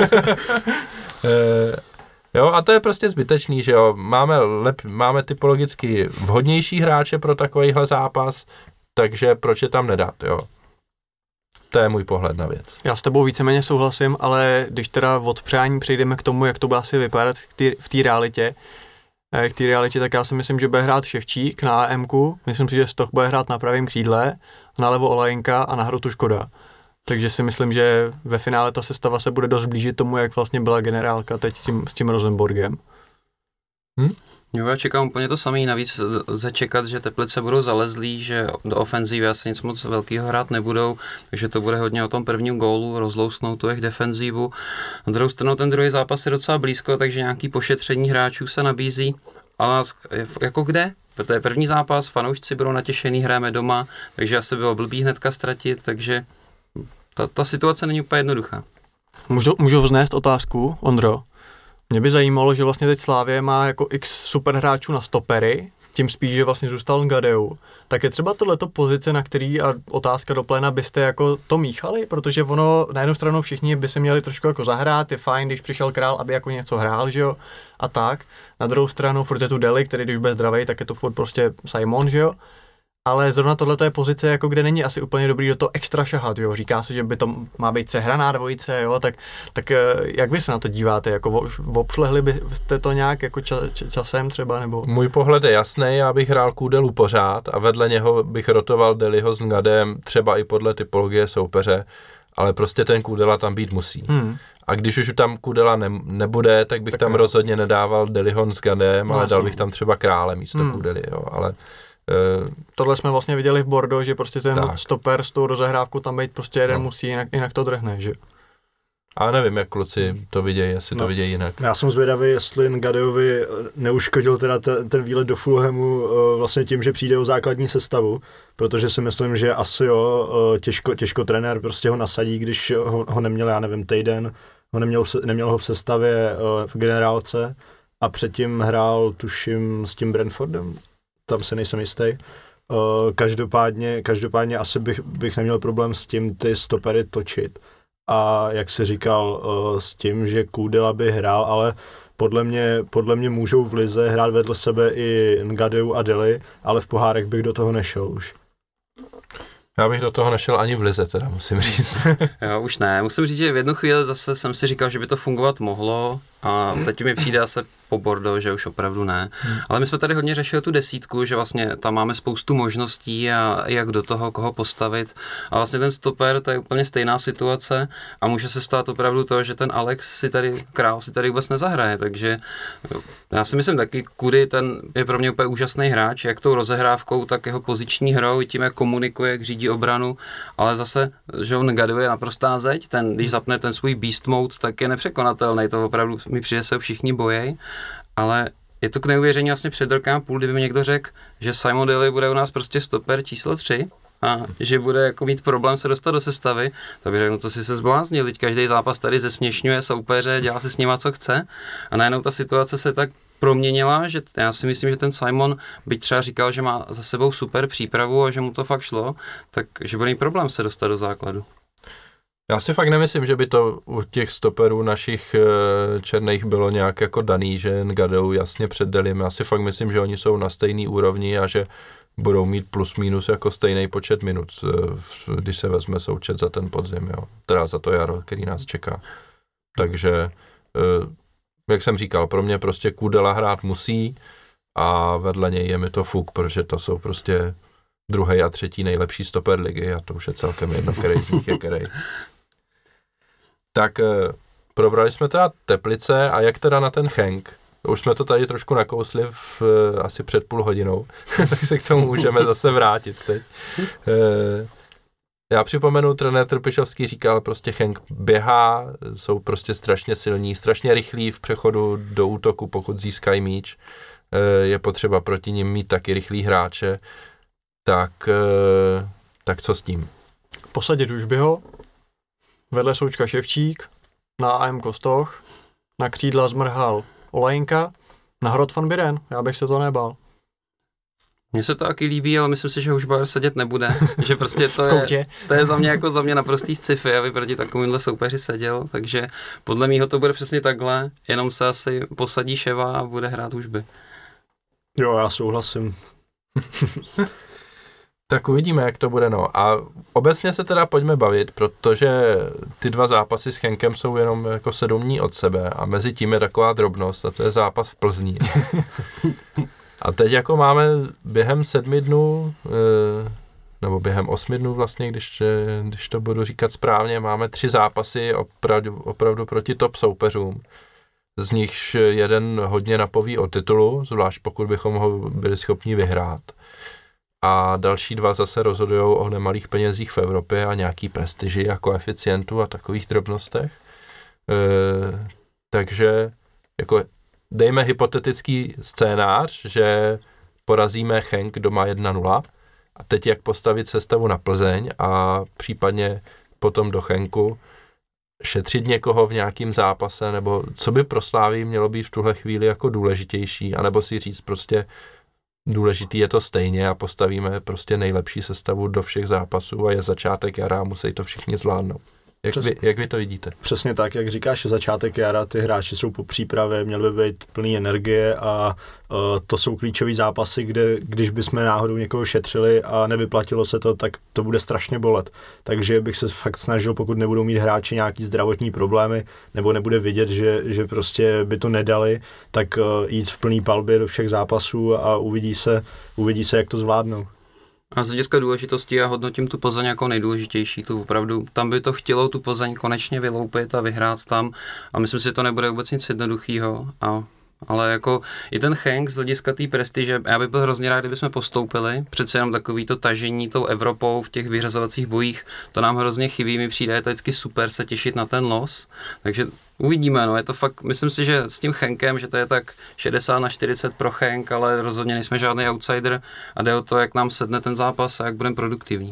Jo, a to je prostě zbytečný, že jo, máme, lep, máme typologicky vhodnější hráče pro takovýhle zápas, takže proč je tam nedat, jo. To je můj pohled na věc. Já s tebou víceméně souhlasím, ale když teda od přání přejdeme k tomu, jak to bude asi vypadat v té realitě, k té realitě, tak já si myslím, že bude hrát Ševčík na á emku, myslím si, že Stoch bude hrát na pravém křídle, nalevo Olajnka a na hrotu Škoda. Takže si myslím, že ve finále ta sestava se bude dost blížit tomu, jak vlastně byla generálka teď s tím, s tím Rosenborgem. Hm? Jo, já čekám úplně to samé, navíc začekat, že Teplice budou zalezlí, že do ofenzívy asi nic moc velkého hrát nebudou, takže to bude hodně o tom prvním gólu, rozlousnout tu jejich defenzívu. Na druhou stranu ten druhý zápas je docela blízko, takže nějaký pošetření hráčů se nabízí, ale jako kde? Protože je první zápas, fanoušci budou natěšený, hrajeme doma, takže asi bylo blbý hnedka ztratit, takže ta, ta situace není úplně jednoduchá. Můžu, můžu vznést otázku, Ondro? Mě by zajímalo, že vlastně teď Slavie má jako x super hráčů na stopery, tím spíš, že vlastně zůstal Ngadeu. Tak je třeba tohleto pozice, na který, a otázka do pléna, byste jako to míchali? Protože ono, na jednu stranu všichni by se měli trošku jako zahrát, je fajn, když přišel král, aby jako něco hrál, že jo, a tak. Na druhou stranu furt je tu Deli, který když bude zdravej, tak je to furt prostě Simon, že jo. Ale zrovna tohleto je pozice, jako kde není asi úplně dobrý do toho extra šahat, jo. Říká se, že by to má být sehraná dvojice, jo, tak, tak jak vy se na to díváte, jako obšlehli byste to nějak jako ča, časem třeba, nebo? Můj pohled je jasný, já bych hrál Kudelu pořád a vedle něho bych rotoval Deliho s Ngadem, třeba i podle typologie soupeře, ale prostě ten Kudela tam být musí. Hmm. A když už tam Kudela ne, nebude, tak bych tak tam ne. rozhodně nedával Deliho s Ngadem, no, ale dal bych tam třeba Krále místo hmm. Kudely, jo, ale Uh, Tohle jsme vlastně viděli v Bordeaux, že prostě ten tak. stoper s tou rozehrávkou tam být prostě jeden no. musí, jinak, jinak to drhne, že? A nevím, jak kluci to vidějí, jestli no. to vidějí jinak. Já jsem zvědavý, jestli Ngadeovi neuškodil teda ten, ten výlet do Fulhamu uh, vlastně tím, že přijde o základní sestavu, protože si myslím, že asi jo, uh, těžko, těžko trenér prostě ho nasadí, když ho, ho neměl, já nevím, týden, ho neměl, neměl ho v sestavě uh, v generálce a předtím hrál, tuším, s tím Brentfordem. Tam se nejsem jistý. Uh, každopádně, každopádně asi bych, bych neměl problém s tím ty stopery točit. A jak jsi říkal, uh, s tím, že Kudela by hrál, ale podle mě, podle mě můžou v lize hrát vedle sebe i Ngadeu a Deli, ale v pohárech bych do toho nešel už. Já bych do toho nešel ani v lize, teda musím říct. Já už ne. Musím říct, že v jednu chvíli zase jsem si říkal, že by to fungovat mohlo a teď mi přijde asi po Bordeaux, že už opravdu ne. Hmm. Ale my jsme tady hodně řešili tu desítku, že vlastně tam máme spoustu možností a jak do toho, koho postavit. A vlastně ten stoper, to je úplně stejná situace a může se stát opravdu to, že ten Alex si tady, Král si tady vůbec nezahraje, takže já si myslím taky, Kudy, ten je pro mě úplně úžasný hráč, jak tou rozehrávkou, tak jeho poziční hrou, tím, jak komunikuje, jak řídí obranu, ale zase, že on Ngadeu je naprostá zeď, ten, když zapne ten svůj beast mode, tak je nepřekonatelný, to opravdu mi přijde, se všichni bojej. Ale je to k neuvěření vlastně před rokem a půl, kdyby mi někdo řekl, že Simon Deli bude u nás prostě stoper číslo tři a že bude jako mít problém se dostat do sestavy, tak bych řekl, no to si se zbláznil, teď každý zápas tady zesměšňuje soupeře, dělá si s nima, co chce a najednou ta situace se tak proměnila, že já si myslím, že ten Simon, byť třeba říkal, že má za sebou super přípravu a že mu to fakt šlo, tak že bude mít problém se dostat do základu. Já si fakt nemyslím, že by to u těch stoperů našich černých bylo nějak jako daný, že Ngadeu jasně před Delim. Já si fakt myslím, že oni jsou na stejný úrovni a že budou mít plus minus jako stejný počet minut, když se vezme součet za ten podzim, jo. Teda za to jaro, který nás čeká. Takže, jak jsem říkal, pro mě prostě Kudela hrát musí a vedle něj je mi to fuk, protože to jsou prostě druhý a třetí nejlepší stoper ligy a to už je celkem jedno, který z nich je který. Tak probrali jsme teda Teplice a jak teda na ten Genk. Už jsme to tady trošku nakousli v, asi před půl hodinou, tak se k tomu můžeme zase vrátit teď. Já připomenu, trenér Trpišovský říkal, prostě Genk běhá, jsou prostě strašně silní, strašně rychlí v přechodu do útoku, pokud získají míč. Je potřeba proti nim mít taky rychlý hráče. Tak, tak co s tím? Posadit Užbyho, vedle Součka Ševčík, na A M Kostoch, na křídla zmrhal Olajinka, na hrot Van Biren, já bych se to nebál. Mně se to taky líbí, ale myslím si, že Užbauer sedět nebude, že prostě to je, to je za mě jako za mě naprostý sci-fi, aby proti takovýmhle soupeři seděl, takže podle mýho to bude přesně takhle, jenom se asi posadí Ševa a bude hrát Užby. Jo, já souhlasím. Tak uvidíme, jak to bude, no. A obecně se teda pojďme bavit, protože ty dva zápasy s Genkem jsou jenom jako sedm dní od sebe a mezi tím je taková drobnost a to je zápas v Plzni. A teď jako máme během sedmi dnů, nebo během osmi dnů vlastně, když, když to budu říkat správně, máme tři zápasy opravdu, opravdu proti top soupeřům. Z nichž jeden hodně napoví o titulu, zvlášť pokud bychom ho byli schopni vyhrát. A další dva zase rozhodujou o nemalých penězích v Evropě a nějaký prestiži a koeficientu a takových drobnostech. E, takže jako dejme hypotetický scénář, že porazíme Genk doma jedna nula a teď jak postavit sestavu na Plzeň a případně potom do Genku šetřit někoho v nějakém zápase, nebo co by pro Slávii mělo být v tuhle chvíli jako důležitější, anebo si říct prostě důležitý je to stejně a postavíme prostě nejlepší sestavu do všech zápasů a je začátek jara a musí to všichni zvládnout. Jak vy, jak vy to vidíte? Přesně tak, jak říkáš, začátek jara, ty hráči jsou po přípravě, měli by být plný energie a uh, to jsou klíčové zápasy, kde když bychom náhodou někoho šetřili a nevyplatilo se to, tak to bude strašně bolet. Takže bych se fakt snažil, pokud nebudou mít hráči nějaký zdravotní problémy nebo nebude vidět, že, že prostě by to nedali, tak uh, jít v plný palbě do všech zápasů a uvidí se, uvidí se, jak to zvládnou. A z hlediska důležitosti já hodnotím tu Plzeň jako nejdůležitější, tu opravdu, tam by to chtělo tu Plzeň konečně vyloupit a vyhrát tam a myslím si, že to nebude vůbec nic jednoduchýho, a, ale jako i ten Henk z hlediska té prestiže, já bych byl hrozně rád, kdybychom postoupili, přece jenom takový to tažení tou Evropou v těch vyřazovacích bojích, to nám hrozně chybí, mi přijde, je to vždycky super se těšit na ten los, takže uvidíme, no, je to fakt, myslím si, že s tím Henkem, že to je tak šedesát na čtyřicet pro Henk, ale rozhodně nejsme žádný outsider a jde o to, jak nám sedne ten zápas a jak budeme produktivní.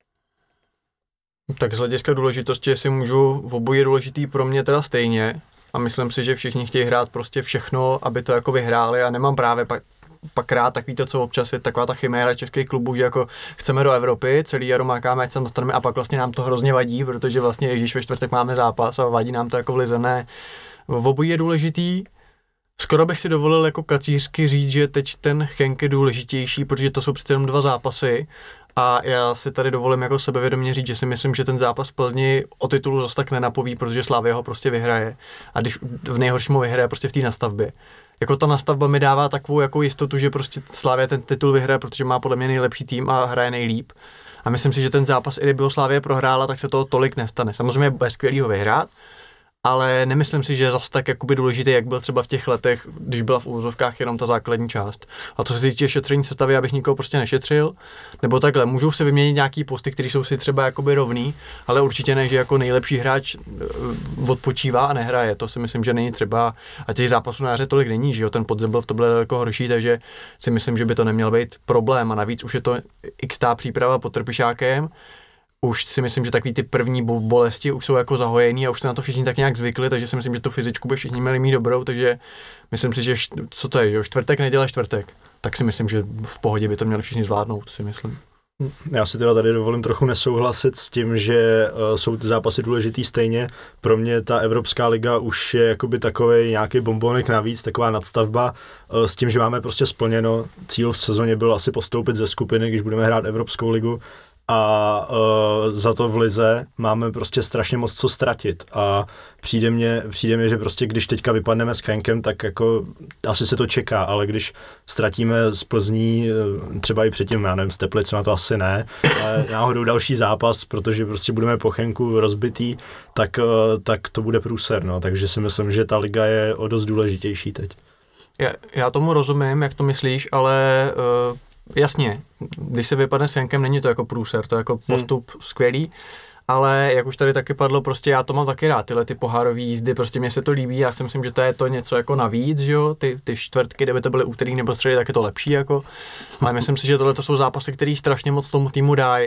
Tak z hlediska důležitosti, jestli můžu, v obojí je důležitý pro mě teda stejně a myslím si, že všichni chtějí hrát prostě všechno, aby to jako vyhráli a nemám právě pak, pak rád takový to, co občas je taková ta chiméra českých klubů, že jako chceme do Evropy, celý jaro mákáme, ať se dostaneme a pak vlastně nám to hrozně vadí, protože vlastně ježíš ve čtvrtek máme zápas a vadí nám to jako v lize, ne. V obojí je důležitý. Skoro bych si dovolil jako kacířsky říct, že teď ten Henk je důležitější, protože to jsou přece jenom dva zápasy a já si tady dovolím jako sebevědomě říct, že si myslím, že ten zápas v Plzni o titulu zase tak nenapoví, protože Slavia ho prostě vyhraje a když v nejhorším ho vyhraje prostě v té nastavbě. Jako ta nastavba mi dává takovou jako jistotu, že prostě Slavia ten titul vyhraje, protože má podle mě nejlepší tým a hraje nejlíp. A myslím si, že ten zápas, i kdyby ho Slavia prohrála, tak se toho tolik nestane. Samozřejmě bude skvělý ho vyhrát, ale nemyslím si, že je zas tak jakoby důležitý, jak byl třeba v těch letech, když byla v úvozovkách jenom ta základní část. A co se týče šetření sestavy, abych nikoho prostě nešetřil, nebo takhle, můžou se vyměnit nějaký posty, které jsou si třeba jakoby rovný, ale určitě ne, že jako nejlepší hráč odpočívá a nehraje. To si myslím, že není třeba, a těch zápasů na jaře tolik není, že jo, ten podzim byl v tomhle daleko horší, takže si myslím, že by to neměl být problém a navíc už je to xtá příprava pod Trpišákem. Už si myslím, že takový ty první bolesti už jsou jako zahojený a už se na to všichni tak nějak zvykli, takže si myslím, že tu fyzičku by všichni měli mít dobrou, takže myslím si, že št- co to je, že čtvrtek, neděle, čtvrtek, tak si myslím, že v pohodě by to měli všichni zvládnout, si myslím. Já si teda tady dovolím trochu nesouhlasit s tím, že uh, jsou ty zápasy důležitý stejně. Pro mě ta Evropská liga už je jakoby takovej nějaký bombonek navíc, taková nadstavba uh, s tím, že máme prostě splněno. Cíl v sezóně byl asi postoupit ze skupiny, když budeme hrát Evropskou ligu. A uh, za to v lize máme prostě strašně moc co ztratit a přijde mně, přijde mně, že prostě když teďka vypadneme s Henkem, tak jako asi se to čeká, ale když ztratíme z Plzní, třeba i předtím, já nevím, z Teplice, na to asi ne, ale náhodou další zápas, protože prostě budeme po Henku rozbitý, tak, uh, tak to bude průser, no, takže si myslím, že ta liga je o dost důležitější teď. Já, já tomu rozumím, jak to myslíš, ale uh... jasně, když se vypadne s Henkem, není to jako průser, to je jako postup hmm. skvělý, ale jak už tady taky padlo, prostě já to mám taky rád, tyhle ty pohárové jízdy, prostě mně se to líbí, já si myslím, že to je to něco jako navíc, že jo, ty, ty čtvrtky, kdyby to byly úterý nebo středy, tak je to lepší jako, ale myslím si, že tohle to jsou zápasy, které strašně moc tomu týmu dají.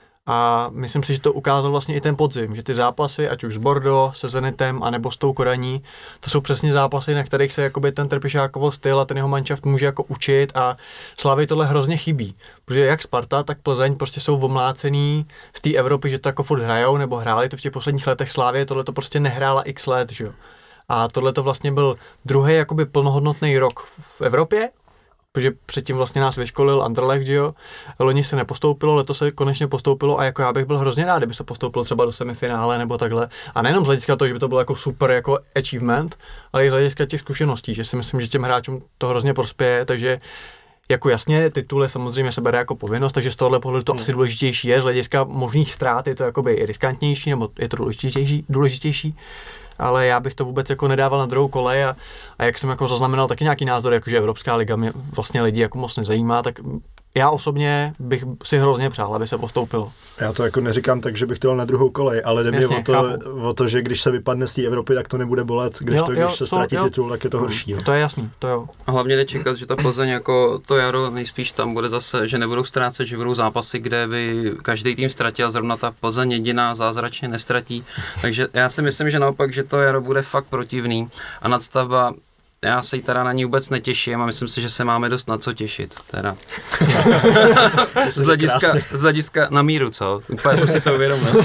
A myslím si, že to ukázal vlastně i ten podzim, že ty zápasy, ať už s Bordeaux, se Zenitem, anebo s tou Kodaní, to jsou přesně zápasy, na kterých se jakoby ten Trpišákovo styl a ten jeho manšaft může jako učit a Slavii tohle hrozně chybí. Protože jak Sparta, tak Plzeň prostě jsou omlácený z té Evropy, že to jako furt hrajou, nebo hráli to v těch posledních letech. Slavie tohle to prostě nehrála x let, že jo. A tohle to vlastně byl druhý jakoby plnohodnotný rok v Evropě, protože předtím vlastně nás vyškolil Anderlecht, že jo, loni se nepostoupilo, letos se konečně postoupilo a jako já bych byl hrozně rád, kdyby se postoupilo třeba do semifinále nebo takhle. A nejenom z hlediska toho, že by to bylo jako super jako achievement, ale i z hlediska těch zkušeností, že si myslím, že těm hráčům to hrozně prospěje, takže jako jasně, tituly samozřejmě se bere jako povinnost, takže z tohohle pohledu to hmm. asi důležitější je, z hlediska možných ztrát je to jakoby i riskantnější, nebo je to důležitější, důležitější. Ale já bych to vůbec jako nedával na druhou kolej a, a jak jsem jako zaznamenal taky nějaký názor, jakože Evropská liga mě vlastně lidi jako moc nezajímá, tak já osobně bych si hrozně přál, aby se postoupilo. Já to jako neříkám tak, že bych to na druhou kolej, ale jde mě o to, o to, že když se vypadne z té Evropy, tak to nebude bolet, když, jo, to, jo, když se to, ztratí jo. titul, tak je to horší. No. To je jasný, to jo. A hlavně nečekat, že ta Plzeň jako to jaro nejspíš tam bude zase, že nebudou ztrácet, že budou zápasy, kde by každý tým ztratil a zrovna ta Plzeň jediná zázračně nestratí. Takže já si myslím, že naopak, že to jaro bude fakt protivný a nadstavba. Já se jí teda na ní vůbec netěším a myslím si, že se máme dost na co těšit, teda. z, hlediska, z hlediska na míru, co? Úplně jsem si to uvědomil.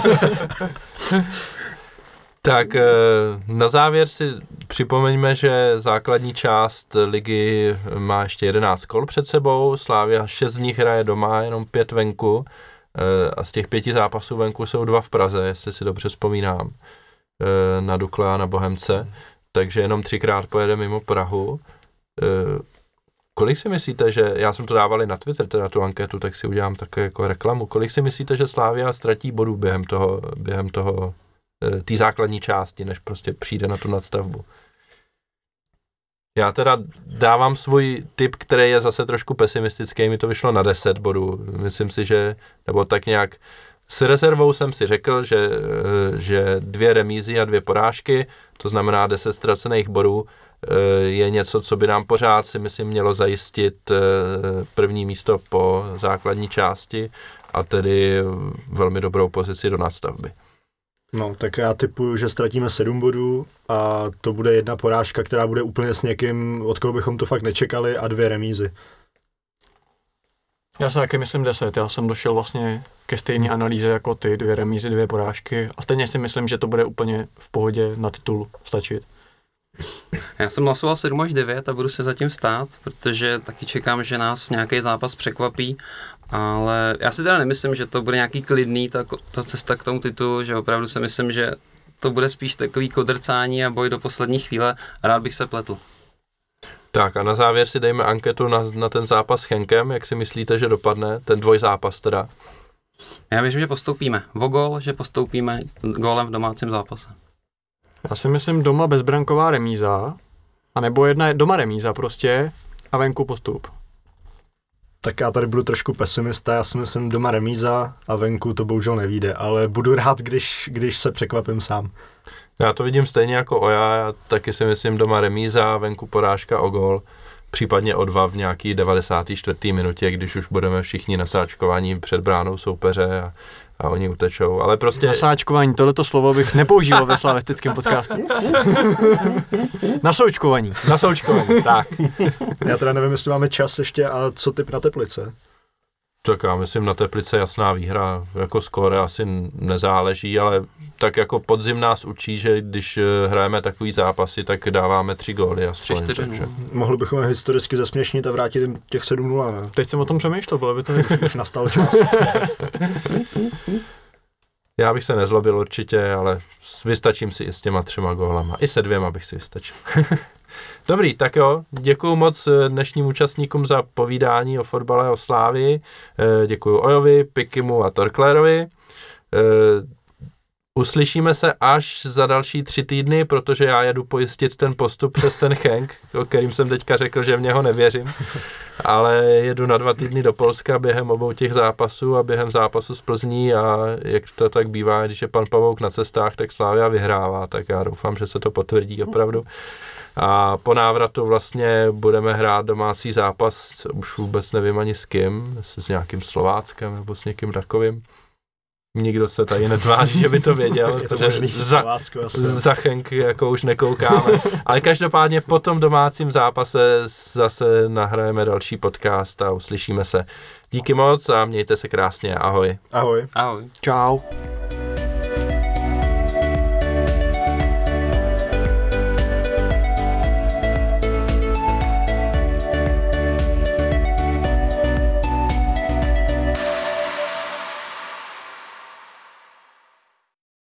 Tak na závěr si připomeňme, že základní část ligy má ještě jedenáct kol před sebou, Slavia šest z nich hraje doma, jenom pět venku a z těch pěti zápasů venku jsou dva v Praze, jestli si dobře vzpomínám, na Dukle a na Bohemce. Takže jenom třikrát pojede mimo Prahu. E, kolik si myslíte, že, já jsem to dával i na Twitter, teda tu anketu, tak si udělám také jako reklamu, kolik si myslíte, že Slavia ztratí bodů během toho, během toho, e, té základní části, než prostě přijde na tu nadstavbu? Já teda dávám svůj tip, který je zase trošku pesimistický, mi to vyšlo na deset bodů. Myslím si, že, nebo tak nějak, s rezervou jsem si řekl, že, že dvě remízy a dvě porážky, to znamená deset ztracených bodů, je něco, co by nám pořád si myslím mělo zajistit první místo po základní části a tedy velmi dobrou pozici do nadstavby. No, tak já tipuju, že ztratíme sedm bodů a to bude jedna porážka, která bude úplně s někým, od koho bychom to fakt nečekali, a dvě remízy. Já si taky myslím deset, já jsem došel vlastně ke stejné analýze jako ty, dvě remízy, dvě porážky a stejně si myslím, že to bude úplně v pohodě na titul stačit. Já jsem hlasoval sedm až devět a budu se zatím stát, protože taky čekám, že nás nějaký zápas překvapí, ale já si teda nemyslím, že to bude nějaký klidný, ta, ta cesta k tomu titulu, že opravdu si myslím, že to bude spíš takový kodrcání a boj do poslední chvíle, rád bych se pletl. Tak a na závěr si dejme anketu na, na ten zápas s Chenkem, jak si myslíte, že dopadne, ten dvojzápas teda? Já věřím, že postoupíme. O gól, že postoupíme gólem v domácím zápase. Já si myslím doma bezbranková remíza, anebo jedna doma remíza prostě a venku postup. Tak já tady budu trošku pesimista, já si myslím doma remíza a venku to bohužel nevyjde, ale budu rád, když, když se překvapím sám. Já to vidím stejně jako Oja, já taky si myslím doma remíza, venku porážka o gól, případně o dva v nějaký devadesáté čtvrté minutě, když už budeme všichni nasáčkovaní před bránou soupeře a, a oni utečou, ale prostě... Nasáčkování, tohleto slovo bych nepoužíval ve slavistickém podcastu. Nasoučkování. Nasoučkování, tak. Já teda nevím, jestli máme čas ještě a co typ na Teplice? Tak já myslím na Teplice jasná výhra, jako skóre asi nezáleží, ale tak jako podzim nás učí, že když hrajeme takový zápasy, tak dáváme tři góly aspoň. tři čtyři, takže... Mohli bychom je historicky zasměšnit a vrátit jim těch sedm nula, ne? Teď jsem o tom přemýšlel, bylo by to Už nastal čas. Já bych se nezlobil určitě, ale vystačím si i s těma třema gólama. I se dvěma bych si vystačil. Dobrý, tak jo, děkuju moc dnešním účastníkům za povídání o fotbale, o Slávii. Děkuju Ojovi, Pikimu a Torklérovi. Uslyšíme se až za další tři týdny, protože já jedu pojistit ten postup přes ten Genk, o kterým jsem teďka řekl, že v něho nevěřím. Ale jedu na dva týdny do Polska během obou těch zápasů a během zápasu z Plzní a jak to tak bývá, když je pan Pavouk na cestách, tak Slavia vyhrává, tak já doufám, že se to potvrdí opravdu. A po návratu vlastně budeme hrát domácí zápas, už vůbec nevím ani s kým, s nějakým Slováckem nebo s někým takovým. Nikdo se tady netváří, že by to věděl, protože za, za Genk jako už nekoukáme. Ale každopádně po tom domácím zápase zase nahrajeme další podcast a uslyšíme se. Díky moc a mějte se krásně. Ahoj. Ahoj. Ahoj. Čau.